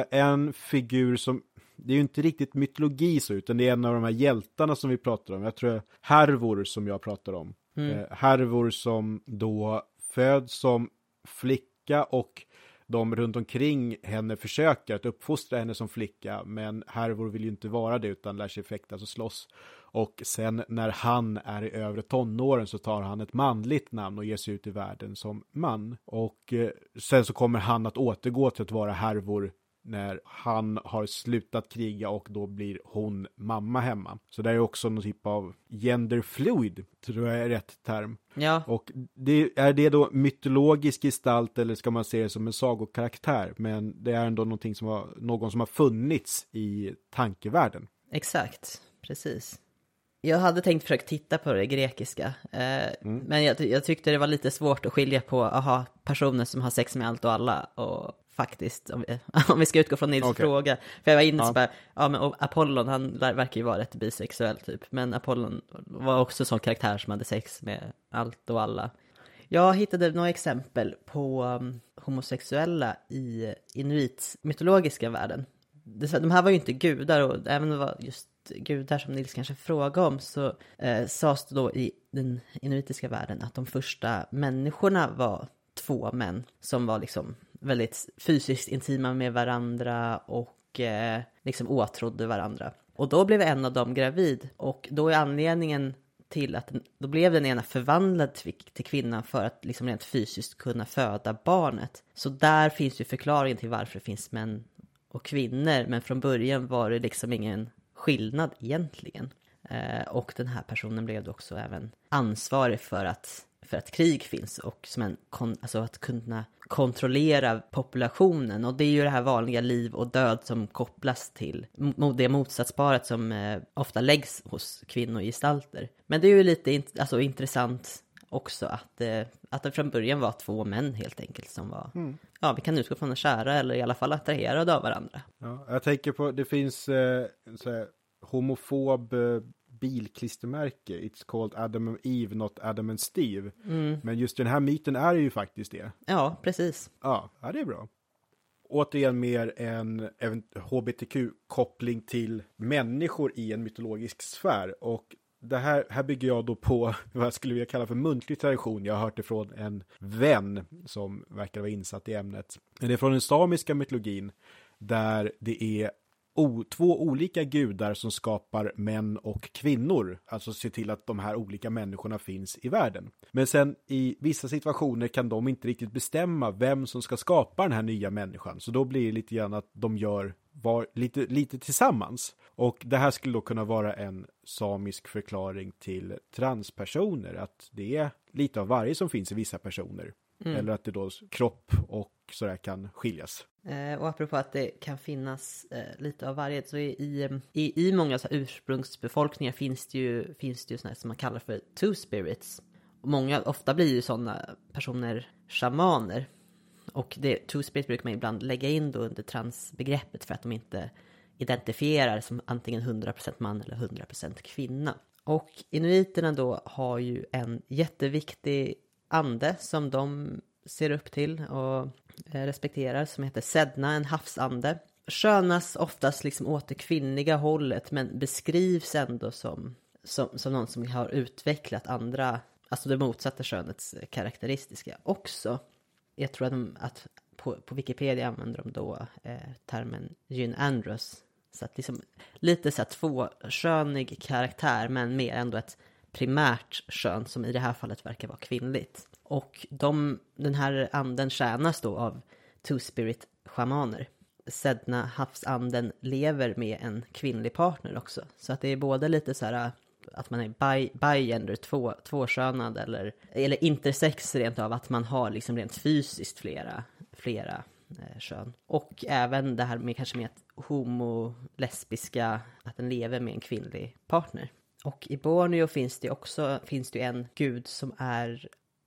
S1: en figur som, det är ju inte riktigt mytologi så, utan det är en av de här hjältarna som vi pratar om. Jag tror Hervor som jag pratar om. Hervor som då föds som flicka, och de runt omkring henne försöker att uppfostra henne som flicka, men Hervor vill ju inte vara det utan lär sig fäktas och slåss. Och sen när han är i övre tonåren så tar han ett manligt namn och ger sig ut i världen som man. Och sen så kommer han att återgå till att vara Hervor när han har slutat kriga, och då blir hon mamma hemma. Så det är också någon typ av genderfluid, tror jag är rätt term.
S2: Ja.
S1: Och är det då mytologisk gestalt, eller ska man se det som en sagokaraktär? Men det är ändå någonting någon som har funnits i tankevärlden.
S2: Exakt, precis. Jag hade tänkt försöka titta på det grekiska, men jag tyckte det var lite svårt att skilja på personer som har sex med allt och alla, och faktiskt, om vi ska utgå från Nils fråga, för jag var inne så bara, men Apollon, han verkar ju vara rätt bisexuell typ, men Apollon var också en sån karaktär som hade sex med allt och alla. Jag hittade några exempel på homosexuella i inuit-mytologiska världen. De här var ju inte gudar, och även om det var just gudar som Nils kanske frågade om, så sades det då i den inuitiska världen att de första människorna var 2 män som var liksom väldigt fysiskt intima med varandra och liksom åtrodde varandra. Och då blev en av dem gravid, och då är anledningen till att då blev den ena förvandlad till kvinnan för att liksom rent fysiskt kunna föda barnet. Så där finns ju förklaringen till varför det finns män och kvinnor, men från början var det liksom ingen skillnad egentligen. Och den här personen blev också även ansvarig för för att krig finns och som alltså att kunna kontrollera populationen. Och det är ju det här vanliga liv och död som kopplas till det motsatsparet som ofta läggs hos kvinnogestalter. Men det är ju lite intressant också att det från början var 2 män helt enkelt som var, vi kan utgå från en kära eller i alla fall attraherade av varandra.
S1: Ja, jag tänker på, det finns så här, homofob bilklistermärke, it's called Adam and Eve, not Adam and Steve. Men just den här myten är ju faktiskt det.
S2: Ja, precis.
S1: Ja, det är bra. Återigen mer en HBTQ-koppling till människor i en mytologisk sfär. Och det här bygger jag då på vad jag skulle vilja kalla för muntlig tradition. Jag har hört det från en vän som verkar vara insatt i ämnet. Det är från den samiska mytologin där det är 2 olika gudar som skapar män och kvinnor. Alltså se till att de här olika människorna finns i världen. Men sen i vissa situationer kan de inte riktigt bestämma vem som ska skapa den här nya människan. Så då blir det lite grann att de gör lite tillsammans. Och det här skulle då kunna vara en samisk förklaring till transpersoner. Att det är lite av varje som finns i vissa personer. Eller att det då kropp och sådär kan skiljas.
S2: Och apropå att det kan finnas lite av varje, så i många så här ursprungsbefolkningar finns det ju sådana som man kallar för two spirits. Och ofta blir ju sådana personer shamaner. Och det two spirits brukar man ibland lägga in då under transbegreppet för att de inte identifierar som antingen 100% man eller 100% kvinna. Och inuiterna då har ju en jätteviktig ande som de ser upp till och respekterar, som heter Sedna, en havsande. Skönas oftast liksom åt det kvinnliga hållet, men beskrivs ändå som någon som har utvecklat andra, alltså det motsatta könets karaktäristiska också. Jag tror att på Wikipedia använder de då termen gynandros. Så att liksom lite så här tvåkönig karaktär, men mer ändå ett primärt kön som i det här fallet verkar vara kvinnligt. Och den här anden tjänas då av two-spirit-shamaner. Sedna, havsanden, lever med en kvinnlig partner också. Så att det är både lite så här att man är bigender, tvåkönad eller intersex rent av, att man har liksom rent fysiskt flera kön. Och även det här med kanske med att homo-lesbiska, att den lever med en kvinnlig partner. Och i Borneo finns det en gud som är...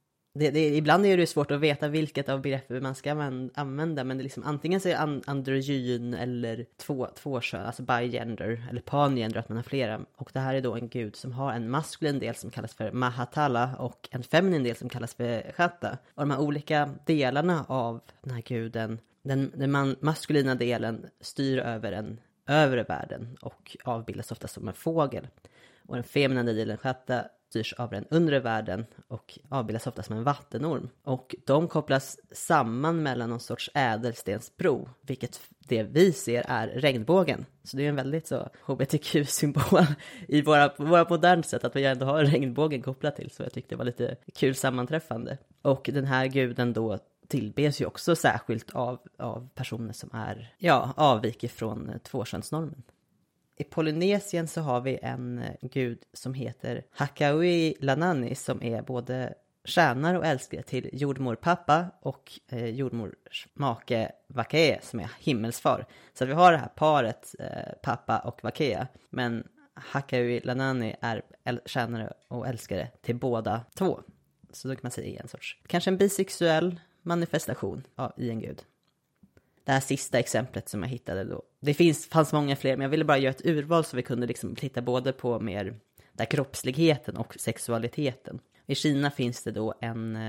S2: ibland är det svårt att veta vilket av begreppen man ska använda, men det är liksom, antingen så är det androgyn eller tvåkön, alltså bigender eller pangender, att man har flera. Och det här är då en gud som har en maskulin del som kallas för Mahatala och en feminin del som kallas för Chata. Och de här olika delarna av den här guden, den maskulina delen styr över en övre världen och avbildas ofta som en fågel. Och den feminina delen Chata styrs av den undre världen och avbildas ofta som en vattenorm. Och de kopplas samman mellan någon sorts ädelstensbro, vilket det vi ser är regnbågen. Så det är en väldigt så HBTQ-symbol i våra modernt sätt att vi ändå har regnbågen kopplat till. Så jag tyckte det var lite kul sammanträffande. Och den här guden då tillbes ju också särskilt av personer som är, avviker från tvåkönsnormen. I Polynesien så har vi en gud som heter Hakaui Lanani, som är både tjänare och älskare till jordmor Pappa och jordmors make Vakea, som är himmelsfar. Så vi har det här paret Pappa och Vakea, men Hakaui Lanani är tjänare och älskare till båda två. Så då kan man säga en sorts, kanske en bisexuell manifestation i en gud. Det här sista exemplet som jag hittade då. Fanns många fler, men jag ville bara göra ett urval så vi kunde liksom titta både på mer där kroppsligheten och sexualiteten. I Kina finns det då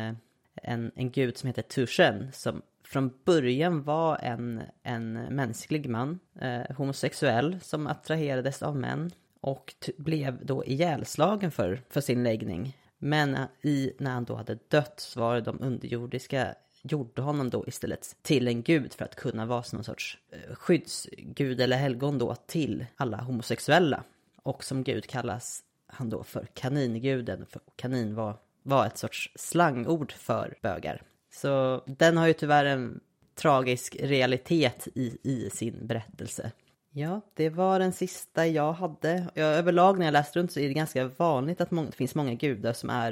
S2: en gud som heter Tushen, som från början var en mänsklig man, homosexuell, som attraherades av män och blev då ihjälslagen för sin läggning. Men när han då hade dött så var de underjordiska gjorde honom då istället till en gud för att kunna vara någon sorts skyddsgud eller helgon då till alla homosexuella. Och som gud kallas han då för kaninguden, för kanin var ett sorts slangord för bögar. Så den har ju tyvärr en tragisk realitet i sin berättelse. Ja, det var den sista jag hade. Överlag när jag läste runt så är det ganska vanligt att det finns många gudar som är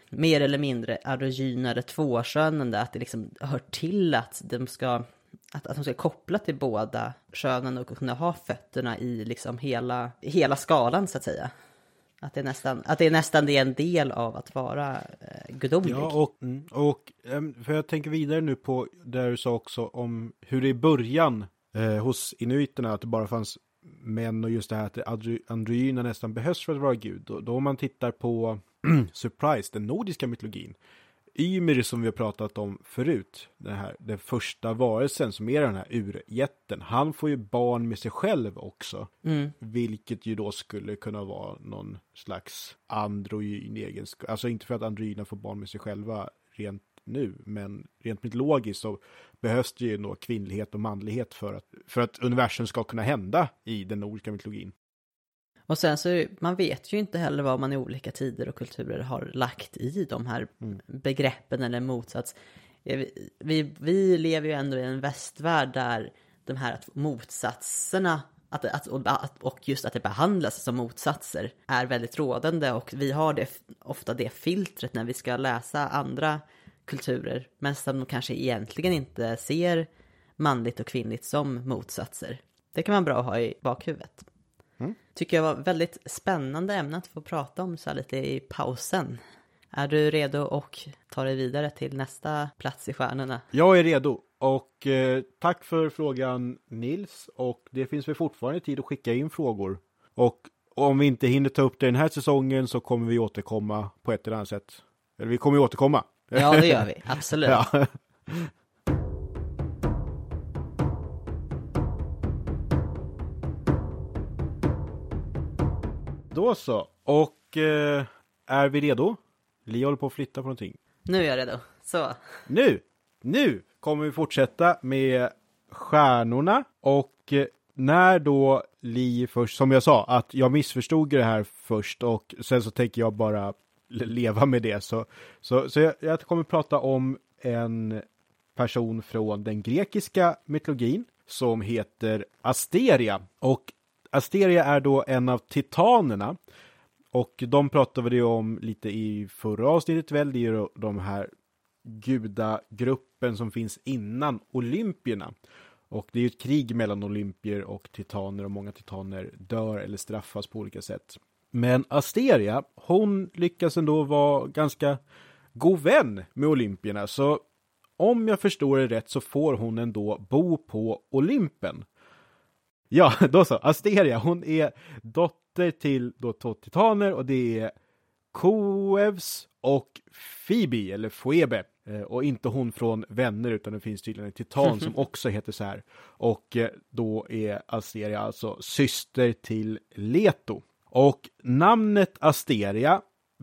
S2: mer eller mindre androgynare tvåkönade, att det liksom hör till att de ska koppla till båda könen och kunna ha fötterna i liksom hela skalan så att säga. Att det är nästan det är en del av att vara gudomlig.
S1: Ja, och för jag tänker vidare nu på där du sa också om hur det i början hos inuiterna att det bara fanns män, och just det här att androgyna nästan behövs för att vara gud. Då om man tittar på Surprise, den nordiska mytologin, Ymir som vi har pratat om förut, den första varelsen som är den här urjätten, han får ju barn med sig själv också. Vilket ju då skulle kunna vara någon slags androgyn egenskap. Alltså inte för att androgyna får barn med sig själva rent nu, men rent mytologiskt så behövs det ju då kvinnlighet och manlighet för att universum ska kunna hända i den nordiska mytologin.
S2: Och sen så, man vet ju inte heller vad man i olika tider och kulturer har lagt i de här begreppen eller motsats. Vi lever ju ändå i en västvärld där de här motsatserna, och just att det behandlas som motsatser är väldigt rådande, och vi har ofta det filtret när vi ska läsa andra kulturer, men som kanske egentligen inte ser manligt och kvinnligt som motsatser. Det kan vara bra att ha i bakhuvudet. Tycker jag var väldigt spännande ämne att få prata om så här lite i pausen. Är du redo och ta dig vidare till nästa plats i stjärnorna?
S1: Jag är redo, och tack för frågan Nils, och det finns väl fortfarande tid att skicka in frågor. Och om vi inte hinner ta upp det den här säsongen så kommer vi återkomma på ett eller annat sätt. Eller vi kommer ju återkomma.
S2: Ja, det gör vi, absolut.
S1: Ja. Då så, och är vi redo? Li håller på att flytta på någonting.
S2: Nu är jag redo, så.
S1: Nu kommer vi fortsätta med stjärnorna, och när då Li först, som jag sa, att jag missförstod det här först, och sen så tänker jag bara leva med det, så jag kommer prata om en person från den grekiska mytologin som heter Asteria, och Asteria är då en av titanerna, och de pratade vi om lite i förra avsnittet väl. Det är ju de här gudagruppen som finns innan olympierna, och det är ju ett krig mellan olympier och titaner, och många titaner dör eller straffas på olika sätt. Men Asteria, hon lyckas ändå vara ganska god vän med olympierna, så om jag förstår det rätt så får hon ändå bo på Olympen. Ja, då så. Asteria, hon är dotter till då två titaner, och det är Koevs och Phoebe, eller Phoebe. Och inte hon från Vänner, utan det finns tydligen en titan som också heter så här. Och då är Asteria alltså syster till Leto. Och namnet Asteria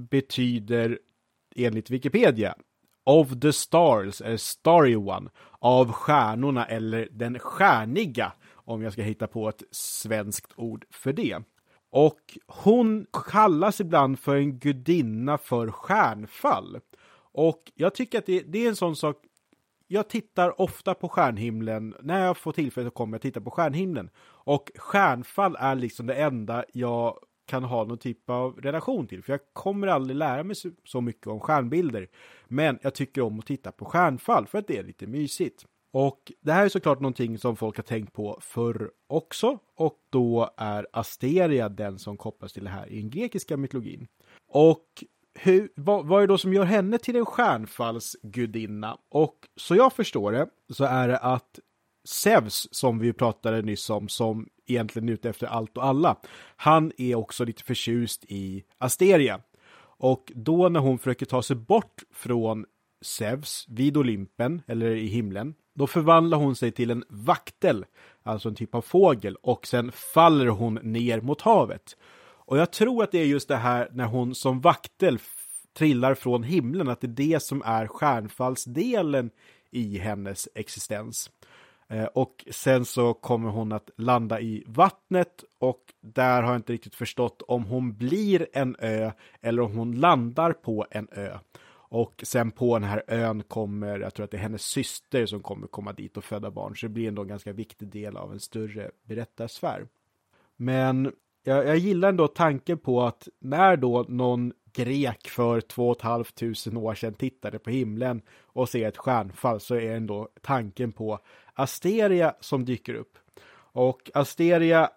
S1: betyder enligt Wikipedia of the stars, eller starry one, av stjärnorna eller den stjärniga, om jag ska hitta på ett svenskt ord för det. Och hon kallas ibland för en gudinna för stjärnfall. Och jag tycker att det är en sån sak. Jag tittar ofta på stjärnhimlen. När jag får tillfälle så kommer jag titta på stjärnhimlen. Och stjärnfall är liksom det enda jag kan ha någon typ av relation till. För jag kommer aldrig lära mig så mycket om stjärnbilder. Men jag tycker om att titta på stjärnfall för att det är lite mysigt. Och det här är såklart någonting som folk har tänkt på förr också. Och då är Asteria den som kopplas till det här i den grekiska mytologin. Och vad är det då som gör henne till en stjärnfallsgudinna? Och så jag förstår det så är det att Zeus, som vi pratade nyss om, som egentligen är ute efter allt och alla, han är också lite förtjust i Asteria. Och då när hon försöker ta sig bort från Zeus vid Olympen, eller i himlen, då förvandlar hon sig till en vaktel, alltså en typ av fågel, och sen faller hon ner mot havet. Och jag tror att det är just det här när hon som vaktel trillar från himlen, att det är det som är stjärnfallsdelen i hennes existens. Och sen så kommer hon att landa i vattnet, och där har jag inte riktigt förstått om hon blir en ö eller om hon landar på en ö. Och sen på den här ön kommer, jag tror att det är hennes syster som kommer komma dit och föda barn, så det blir ändå en ganska viktig del av en större berättarsfär. Men jag gillar ändå tanken på att när då någon grek för 2500 år sedan tittade på himlen och ser ett stjärnfall, så är ändå tanken på Asteria som dyker upp. Och Asteria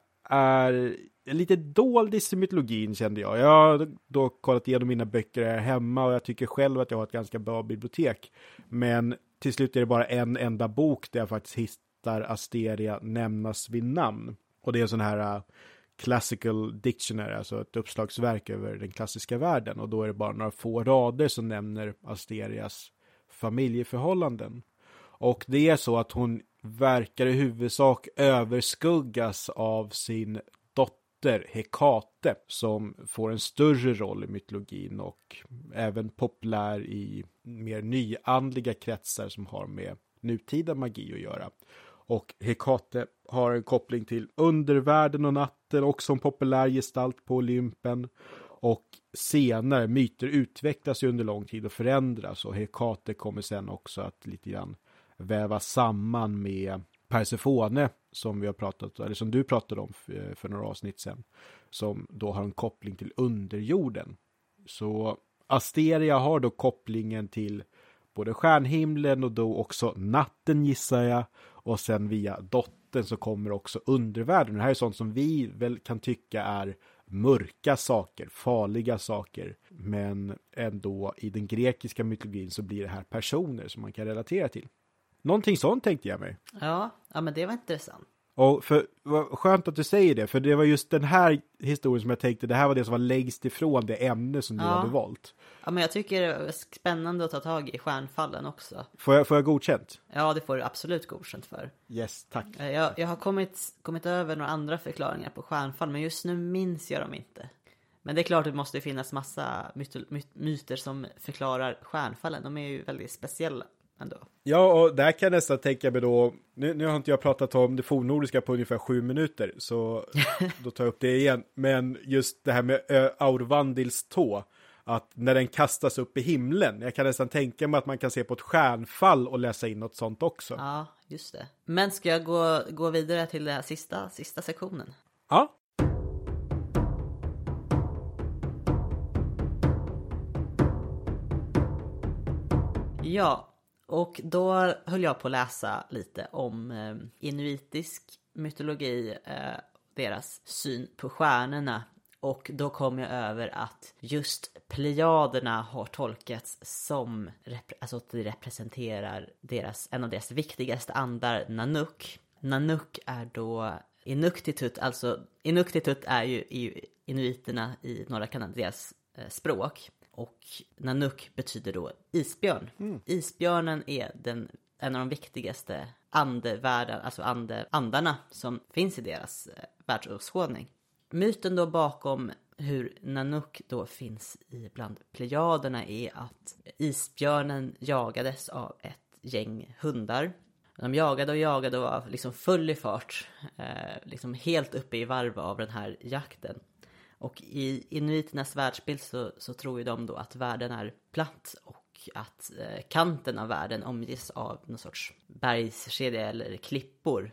S1: är lite doldis i mytologin, kände jag. Jag har då kollat igenom mina böcker här hemma och jag tycker själv att jag har ett ganska bra bibliotek. Men till slut är det bara en enda bok där jag faktiskt hittar Asteria nämnas vid namn. Och det är en sån här classical dictionary, alltså ett uppslagsverk över den klassiska världen. Och då är det bara några få rader som nämner Asterias familjeförhållanden. Och det är så att hon verkar i huvudsak överskuggas av sin dotter Hekate, som får en större roll i mytologin och även populär i mer nyandliga kretsar som har med nutida magi att göra. Och Hekate har en koppling till undervärlden och natten, och som populär gestalt på Olympen. Och senare, myter utvecklas ju under lång tid och förändras, och Hekate kommer sen också att lite grann väva samman med Persefone, som vi har pratat, eller som du pratade om för några avsnitt sedan, som då har en koppling till underjorden. Så Asteria har då kopplingen till både stjärnhimlen och då också natten, gissar jag, och sen via dottern så kommer också undervärlden. Det här är sånt som vi väl kan tycka är mörka saker, farliga saker, men ändå i den grekiska mytologin så blir det här personer som man kan relatera till. Någonting sånt tänkte jag mig.
S2: Ja, men det var intressant.
S1: Och vad skönt att du säger det, för det var just den här historien som jag tänkte, det här var det som var längst ifrån det ämne som du hade valt.
S2: Ja, men jag tycker det är spännande att ta tag i stjärnfallen också.
S1: Får jag godkänt?
S2: Ja, det får du absolut godkänt för.
S1: Yes, tack.
S2: Jag har kommit över några andra förklaringar på stjärnfall, men just nu minns jag dem inte. Men det är klart att det måste finnas massa myter som förklarar stjärnfallen. De är ju väldigt speciella ändå. Ja,
S1: och där kan jag nästan tänka mig då, nu har inte jag pratat om det fornnordiska på ungefär 7 minuter, så då tar jag upp det igen. Men just det här med Aurvandils tå, att när den kastas upp i himlen, jag kan nästan tänka mig att man kan se på ett stjärnfall och läsa in något sånt också.
S2: Ja, just det. Men ska jag gå vidare till den här sista sektionen?
S1: Ja.
S2: Ja, och då höll jag på att läsa lite om inuitisk mytologi, deras syn på stjärnorna. Och då kom jag över att just Plejaderna har tolkats som, alltså att det representerar en av deras viktigaste andar, Nanuk. Nanuk är då Inuktitut, alltså Inuktitut är ju inuiterna i norra Kanadas språk. Och Nanuk betyder då isbjörn. Isbjörnen är en av de viktigaste andevärlden, alltså andarna som finns i deras världsåskådning. Myten då bakom hur Nanuk då finns bland Plejaderna är att isbjörnen jagades av ett gäng hundar. De jagade och var liksom full i fart, liksom helt uppe i varv av den här jakten. Och i inuiternas världsbild så tror ju de då att världen är platt och att kanten av världen omges av någon sorts bergskedja eller klippor.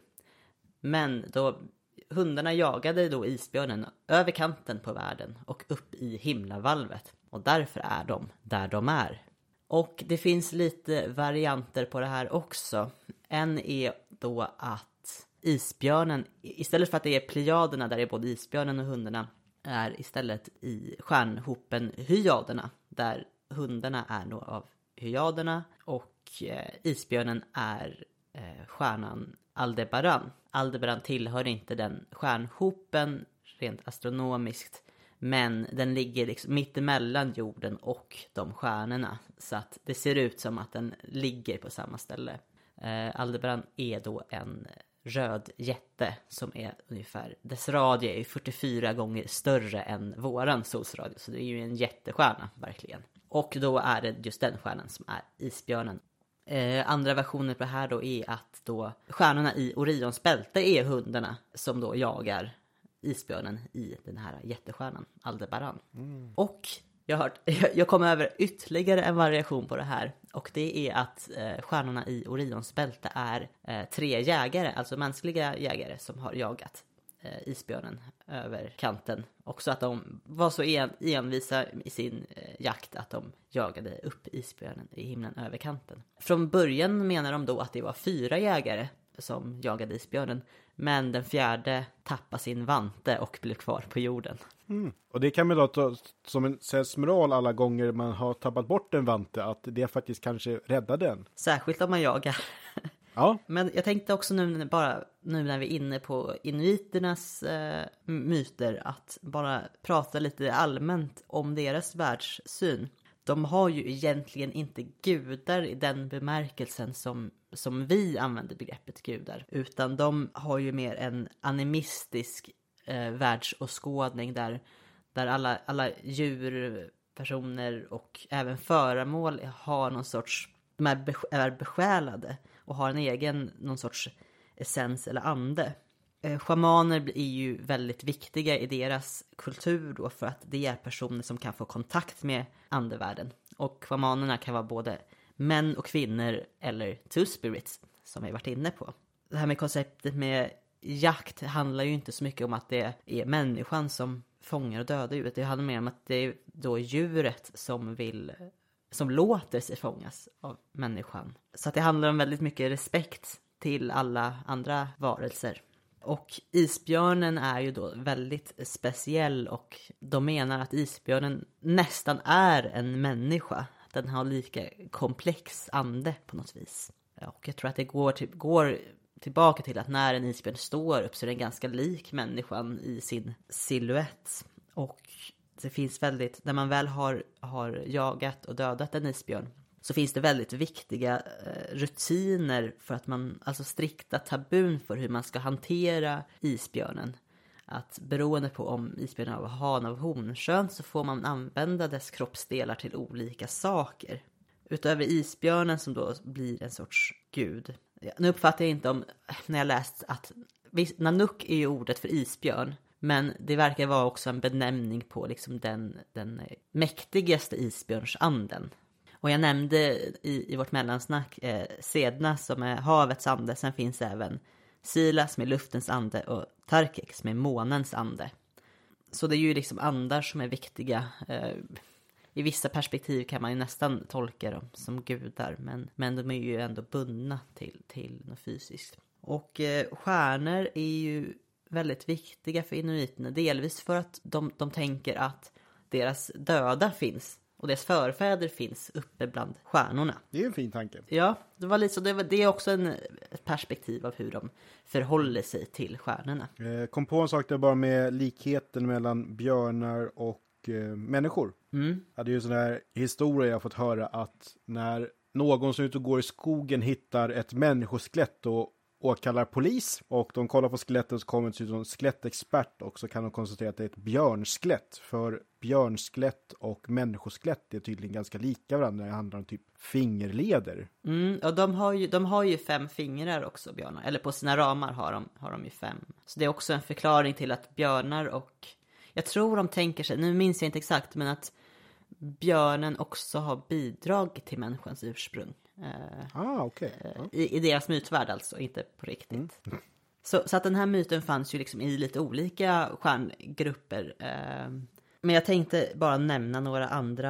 S2: Men då hundarna jagade då isbjörnen över kanten på världen och upp i himlavalvet. Och därför är de där de är. Och det finns lite varianter på det här också. En är då att isbjörnen, istället för att det är Plejaderna där det är både isbjörnen och hundarna, är istället i stjärnhopen Hyaderna, där hundarna är nog av Hyaderna och isbjörnen är stjärnan Aldebaran. Aldebaran tillhör inte den stjärnhopen rent astronomiskt, men den ligger liksom mitt emellan jorden och de stjärnorna, så att det ser ut som att den ligger på samma ställe. Aldebaran är då en röd jätte som är ungefär, dess radie är 44 gånger större än våran solsradie, så det är ju en jättestjärna verkligen. Och då är det just den stjärnan som är isbjörnen. Andra versioner på det här då är att då stjärnorna i Orions bälte är hundarna som då jagar isbjörnen i den här jättestjärnan Aldebaran. Och jag kom över ytterligare en variation på det här, och det är att stjärnorna i Orions bälte är 3 jägare, alltså mänskliga jägare som har jagat isbjörnen över kanten. Också att de var så envisa i sin jakt att de jagade upp isbjörnen i himlen över kanten. Från början menar de då att det var 4 jägare som jagade isbjörnen. Men den 4:e tappade sin vante och blev kvar på jorden.
S1: Och det kan man då ta som en sensmoral alla gånger man har tappat bort en vante, att det faktiskt kanske räddar den.
S2: Särskilt om man jagar.
S1: Ja.
S2: Men jag tänkte också nu när vi är inne på inuiternas myter att bara prata lite allmänt om deras världssyn. De har ju egentligen inte gudar i den bemärkelsen som vi använder begreppet gudar. Utan de har ju mer en animistisk världsåskådning där alla djur, personer och även föremål har någon sorts, de är besjälade och har en egen någon sorts essens eller ande. Schamaner är ju väldigt viktiga i deras kultur då, för att det är personer som kan få kontakt med andevärlden. Och schamanerna kan vara både män och kvinnor eller two spirits som vi varit inne på. Det här med konceptet med jakt handlar ju inte så mycket om att det är människan som fångar och dödar djuret. Det handlar mer om att det är då djuret som låter sig fångas av människan. Så att det handlar om väldigt mycket respekt till alla andra varelser. Och isbjörnen är ju då väldigt speciell, och de menar att isbjörnen nästan är en människa. Den har lika komplex ande på något vis. Och jag tror att det går tillbaka till att när en isbjörn står upp så är den ganska lik människan i sin silhuett. Och det finns när man väl har jagat och dödat en isbjörn, så finns det väldigt viktiga rutiner för att alltså strikta tabun för hur man ska hantera isbjörnen. Att beroende på om isbjörnen har han av honkön så får man använda dess kroppsdelar till olika saker. Utöver isbjörnen som då blir en sorts gud. Nu uppfattar jag inte när jag läst att Nanook är ju ordet för isbjörn. Men det verkar vara också en benämning på liksom den mäktigaste isbjörnsanden. Och jag nämnde i vårt mellansnack Sedna som är havets ande. Sen finns även Sila som är luftens ande och Tarkek som är månens ande. Så det är ju liksom andar som är viktiga. I vissa perspektiv kan man ju nästan tolka dem som gudar. Men de är ju ändå bundna till något fysiskt. Och stjärnor är ju väldigt viktiga för inuiterna. Delvis för att de tänker att deras döda finns. Och deras förfäder finns uppe bland stjärnorna.
S1: Det är en fin tanke.
S2: Ja, det är också ett perspektiv av hur de förhåller sig till stjärnorna.
S1: Kom på en sak där bara med likheten mellan björnar och människor. Jag hade ju en sån här historia jag fått höra att när någon som är ute och går i skogen hittar ett människoskelett och åkallar polis, och de kollar på skelettet så kommer det ut en skelettexpert, och så kan de konstatera att det är ett björnskelett, för björnskelett och människoskelett är tydligen ganska lika varandra. Det handlar om typ fingerleder.
S2: Och de har ju 5 fingrar också, björnar, eller på sina ramar har de ju 5. Så det är också en förklaring till att björnar, och jag tror de tänker sig, nu minns jag inte exakt, men att björnen också har bidrag till människans ursprung.
S1: Okay.
S2: I deras mytvärld alltså, inte på riktigt. Så att den här myten fanns ju liksom i lite olika stjärngrupper. Men jag tänkte bara nämna några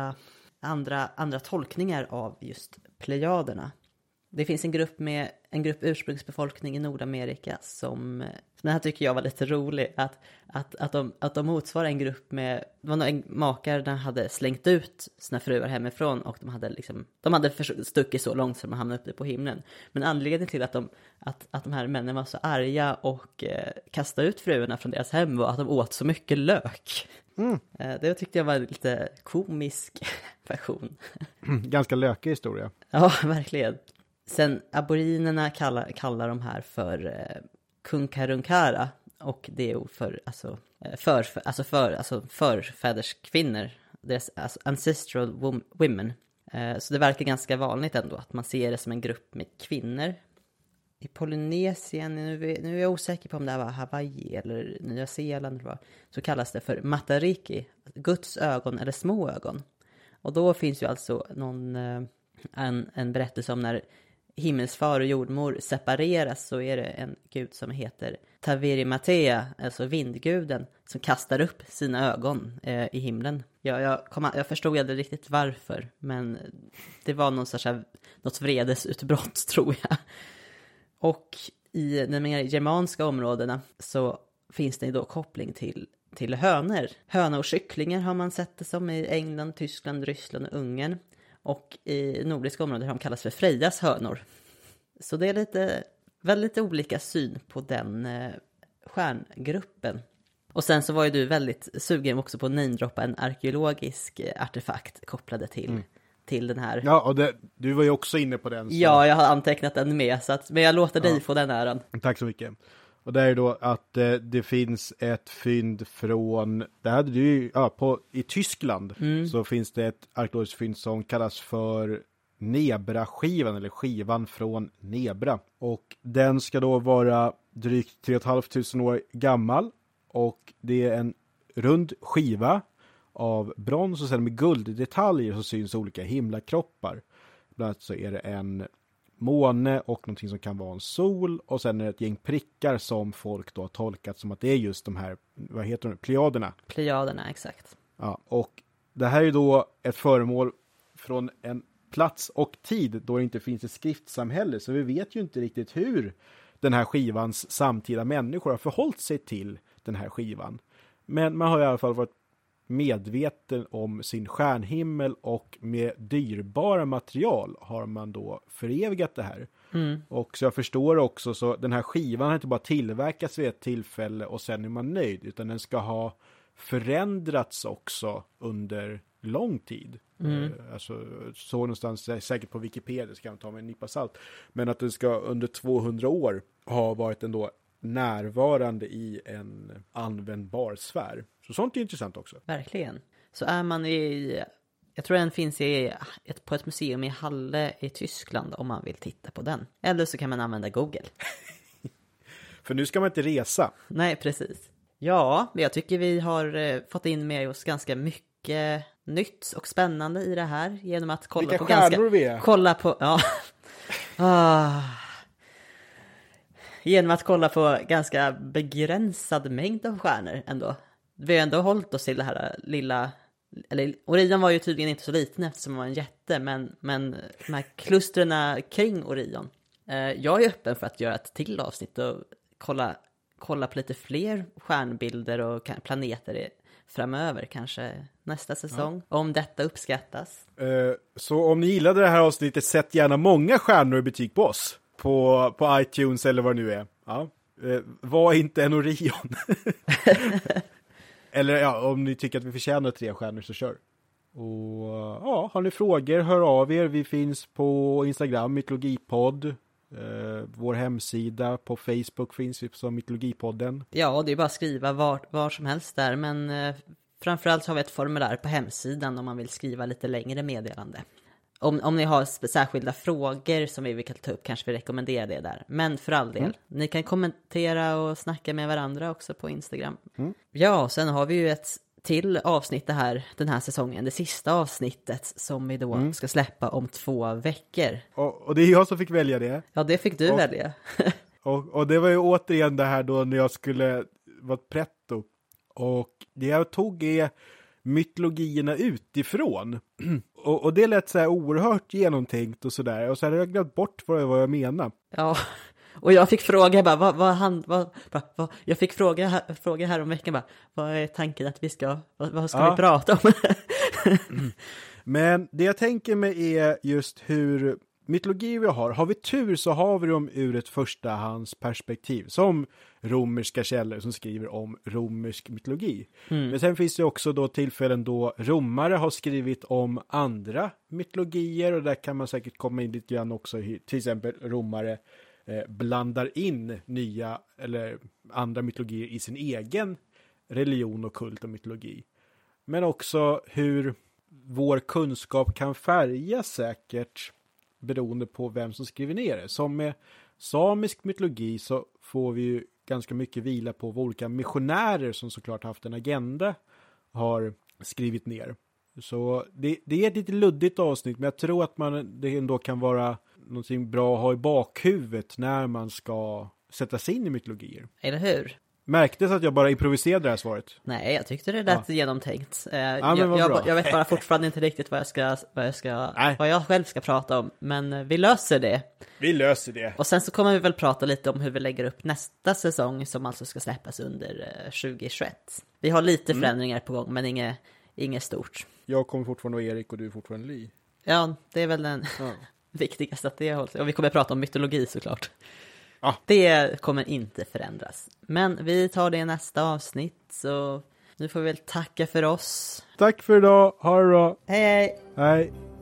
S2: andra tolkningar av just plejaderna. Det finns en grupp ursprungsbefolkning i Nordamerika som den här tycker jag var lite rolig, att de motsvarar en grupp med, det var en makar där hade slängt ut sina fruar hemifrån, och de hade stuckit så långt så de hamnade uppe på himlen. Men anledningen till att de här männen var så arga och kastade ut fruarna från deras hem var att de åt så mycket lök. Det tyckte jag var en lite komisk version.
S1: Ganska lökig historia.
S2: Ja, verkligen. Sen aboriginerna kallar de här för kunkarunkara, och det är för förfäderskvinnor, deras ancestral women. Så det verkar ganska vanligt ändå att man ser det som en grupp med kvinnor. I Polynesien, nu är jag osäker på om det här var Hawaii eller Nya Zeeland, så kallas det för matariki, Guds ögon eller små ögon. Och då finns ju alltså en berättelse om när himmelsfar och jordmor separeras så är det en gud som heter Taviri Matea, alltså vindguden, som kastar upp sina ögon i himlen. Jag förstod aldrig riktigt varför, men det var något vredesutbrott tror jag. Och i de mer germanska områdena så finns det då koppling till hönor. Hönor och kycklingar har man sett det som i England, Tyskland, Ryssland och Ungern. Och i nordiska områden har de kallats för Frejas hönor. Så det är väldigt olika syn på den stjärngruppen. Och sen så var ju du väldigt sugen också på att namedroppa en arkeologisk artefakt kopplade till den här.
S1: Ja, och du var ju också inne på den. Så.
S2: Ja, jag har antecknat den med, men jag låter dig få den äran.
S1: Tack så mycket. Och det är då att det finns ett fynd från, det hade du ju, i Tyskland så finns det ett arkeologiskt fynd som kallas för Nebra-skivan, eller skivan från Nebra. Och den ska då vara drygt 3 500 år gammal, och det är en rund skiva av brons och sen med gulddetaljer så syns olika himlakroppar. Bland annat så är det en måne och någonting som kan vara en sol, och sen är det ett gäng prickar som folk då har tolkat som att det är just de här, vad heter de, plejaderna.
S2: Plejaderna, exakt.
S1: Ja, och det här är då ett föremål från en plats och tid då det inte finns ett skriftsamhälle, så vi vet ju inte riktigt hur den här skivans samtida människor har förhållit sig till den här skivan. Men man har i alla fall varit medveten om sin stjärnhimmel, och med dyrbara material har man då förevigat det här. Och så jag förstår också, så den här skivan har inte bara tillverkats vid ett tillfälle och sen är man nöjd, utan den ska ha förändrats också under lång tid. Alltså så någonstans, säkert på Wikipedia, ska man ta med en nypa salt, men att den ska under 200 år ha varit ändå närvarande i en användbar sfär. Så sånt är intressant också.
S2: Verkligen. Så är man jag tror den finns på ett museum i Halle i Tyskland om man vill titta på den. Eller så kan man använda Google.
S1: För nu ska man inte resa.
S2: Nej, precis. Ja, jag tycker vi har fått in med oss ganska mycket nytt och spännande i det här genom att kolla
S1: vilka
S2: på
S1: stjärnor vi är.
S2: Kolla på, genom att kolla på ganska begränsad mängd av stjärnor ändå. Vi har ändå hållit oss till det här lilla, eller Orion var ju tydligen inte så liten eftersom han var en jätte, men de här klusterna kring Orion. Jag är öppen för att göra ett till avsnitt och kolla på lite fler stjärnbilder och planeter framöver, kanske nästa säsong, om detta uppskattas.
S1: Så om ni gillade det här avsnittet, sätt gärna många stjärnor i betyg på oss. På iTunes eller vad det nu är. Ja. Var inte en Orion. Eller ja, om ni tycker att vi förtjänar 3 stjärnor så kör. Och ja, har ni frågor, hör av er. Vi finns på Instagram, mytologipodd. Vår hemsida på Facebook finns vi som Mytologipodden.
S2: Ja, det är bara att skriva var som helst där. Men framförallt har vi ett formulär på hemsidan om man vill skriva lite längre meddelande. Om ni har särskilda frågor som vi kan ta upp, kanske vi rekommenderar det där. Men för all del, ni kan kommentera och snacka med varandra också på Instagram. Ja, sen har vi ju ett till avsnitt den här säsongen. Det sista avsnittet som vi då ska släppa om 2 veckor.
S1: Och det är jag som fick välja det.
S2: Ja, det fick du välja.
S1: och det var ju återigen det här då när jag skulle vara pretto. Och det jag tog är mytologierna utifrån. Och det lät så här oerhört genomtänkt och sådär. Och så hade jag glömt bort vad jag menar.
S2: Ja, och jag fick fråga jag fick fråga här om veckan vad är tanken att vi ska, vad ska vi prata om?
S1: Men det jag tänker mig är just hur mytologi vi har vi tur så har vi dem ur ett förstahandsperspektiv, som romerska källor som skriver om romersk mytologi. Men sen finns det också då tillfällen då romare har skrivit om andra mytologier, och där kan man säkert komma in lite grann också, till exempel romare blandar in nya eller andra mytologier i sin egen religion och kult och mytologi. Men också hur vår kunskap kan färgas säkert beroende på vem som skriver ner det. Som med samisk mytologi så får vi ju ganska mycket vila på vad olika missionärer som såklart haft en agenda har skrivit ner. Så det är ett lite luddigt avsnitt, men jag tror att det ändå kan vara någonting bra att ha i bakhuvudet när man ska sätta sig in i mytologier.
S2: Eller hur?
S1: Märktes att jag bara improviserade det här svaret?
S2: Nej, jag tyckte det lät genomtänkt. Jag vet bara fortfarande inte riktigt vad jag själv ska prata om. Men vi löser det.
S1: Vi löser det.
S2: Och sen så kommer vi väl prata lite om hur vi lägger upp nästa säsong som alltså ska släppas under 2021. Vi har lite förändringar på gång, men inget stort.
S1: Jag kommer fortfarande vara Erik och du är fortfarande Ly.
S2: Ja, det är väl den viktigaste att det hålls. Och vi kommer prata om mytologi såklart.
S1: Ja.
S2: Det kommer inte förändras. Men vi tar det i nästa avsnitt. Så nu får vi väl tacka för oss.
S1: Tack för idag. Ha det bra.
S2: Hej hej.
S1: Hej.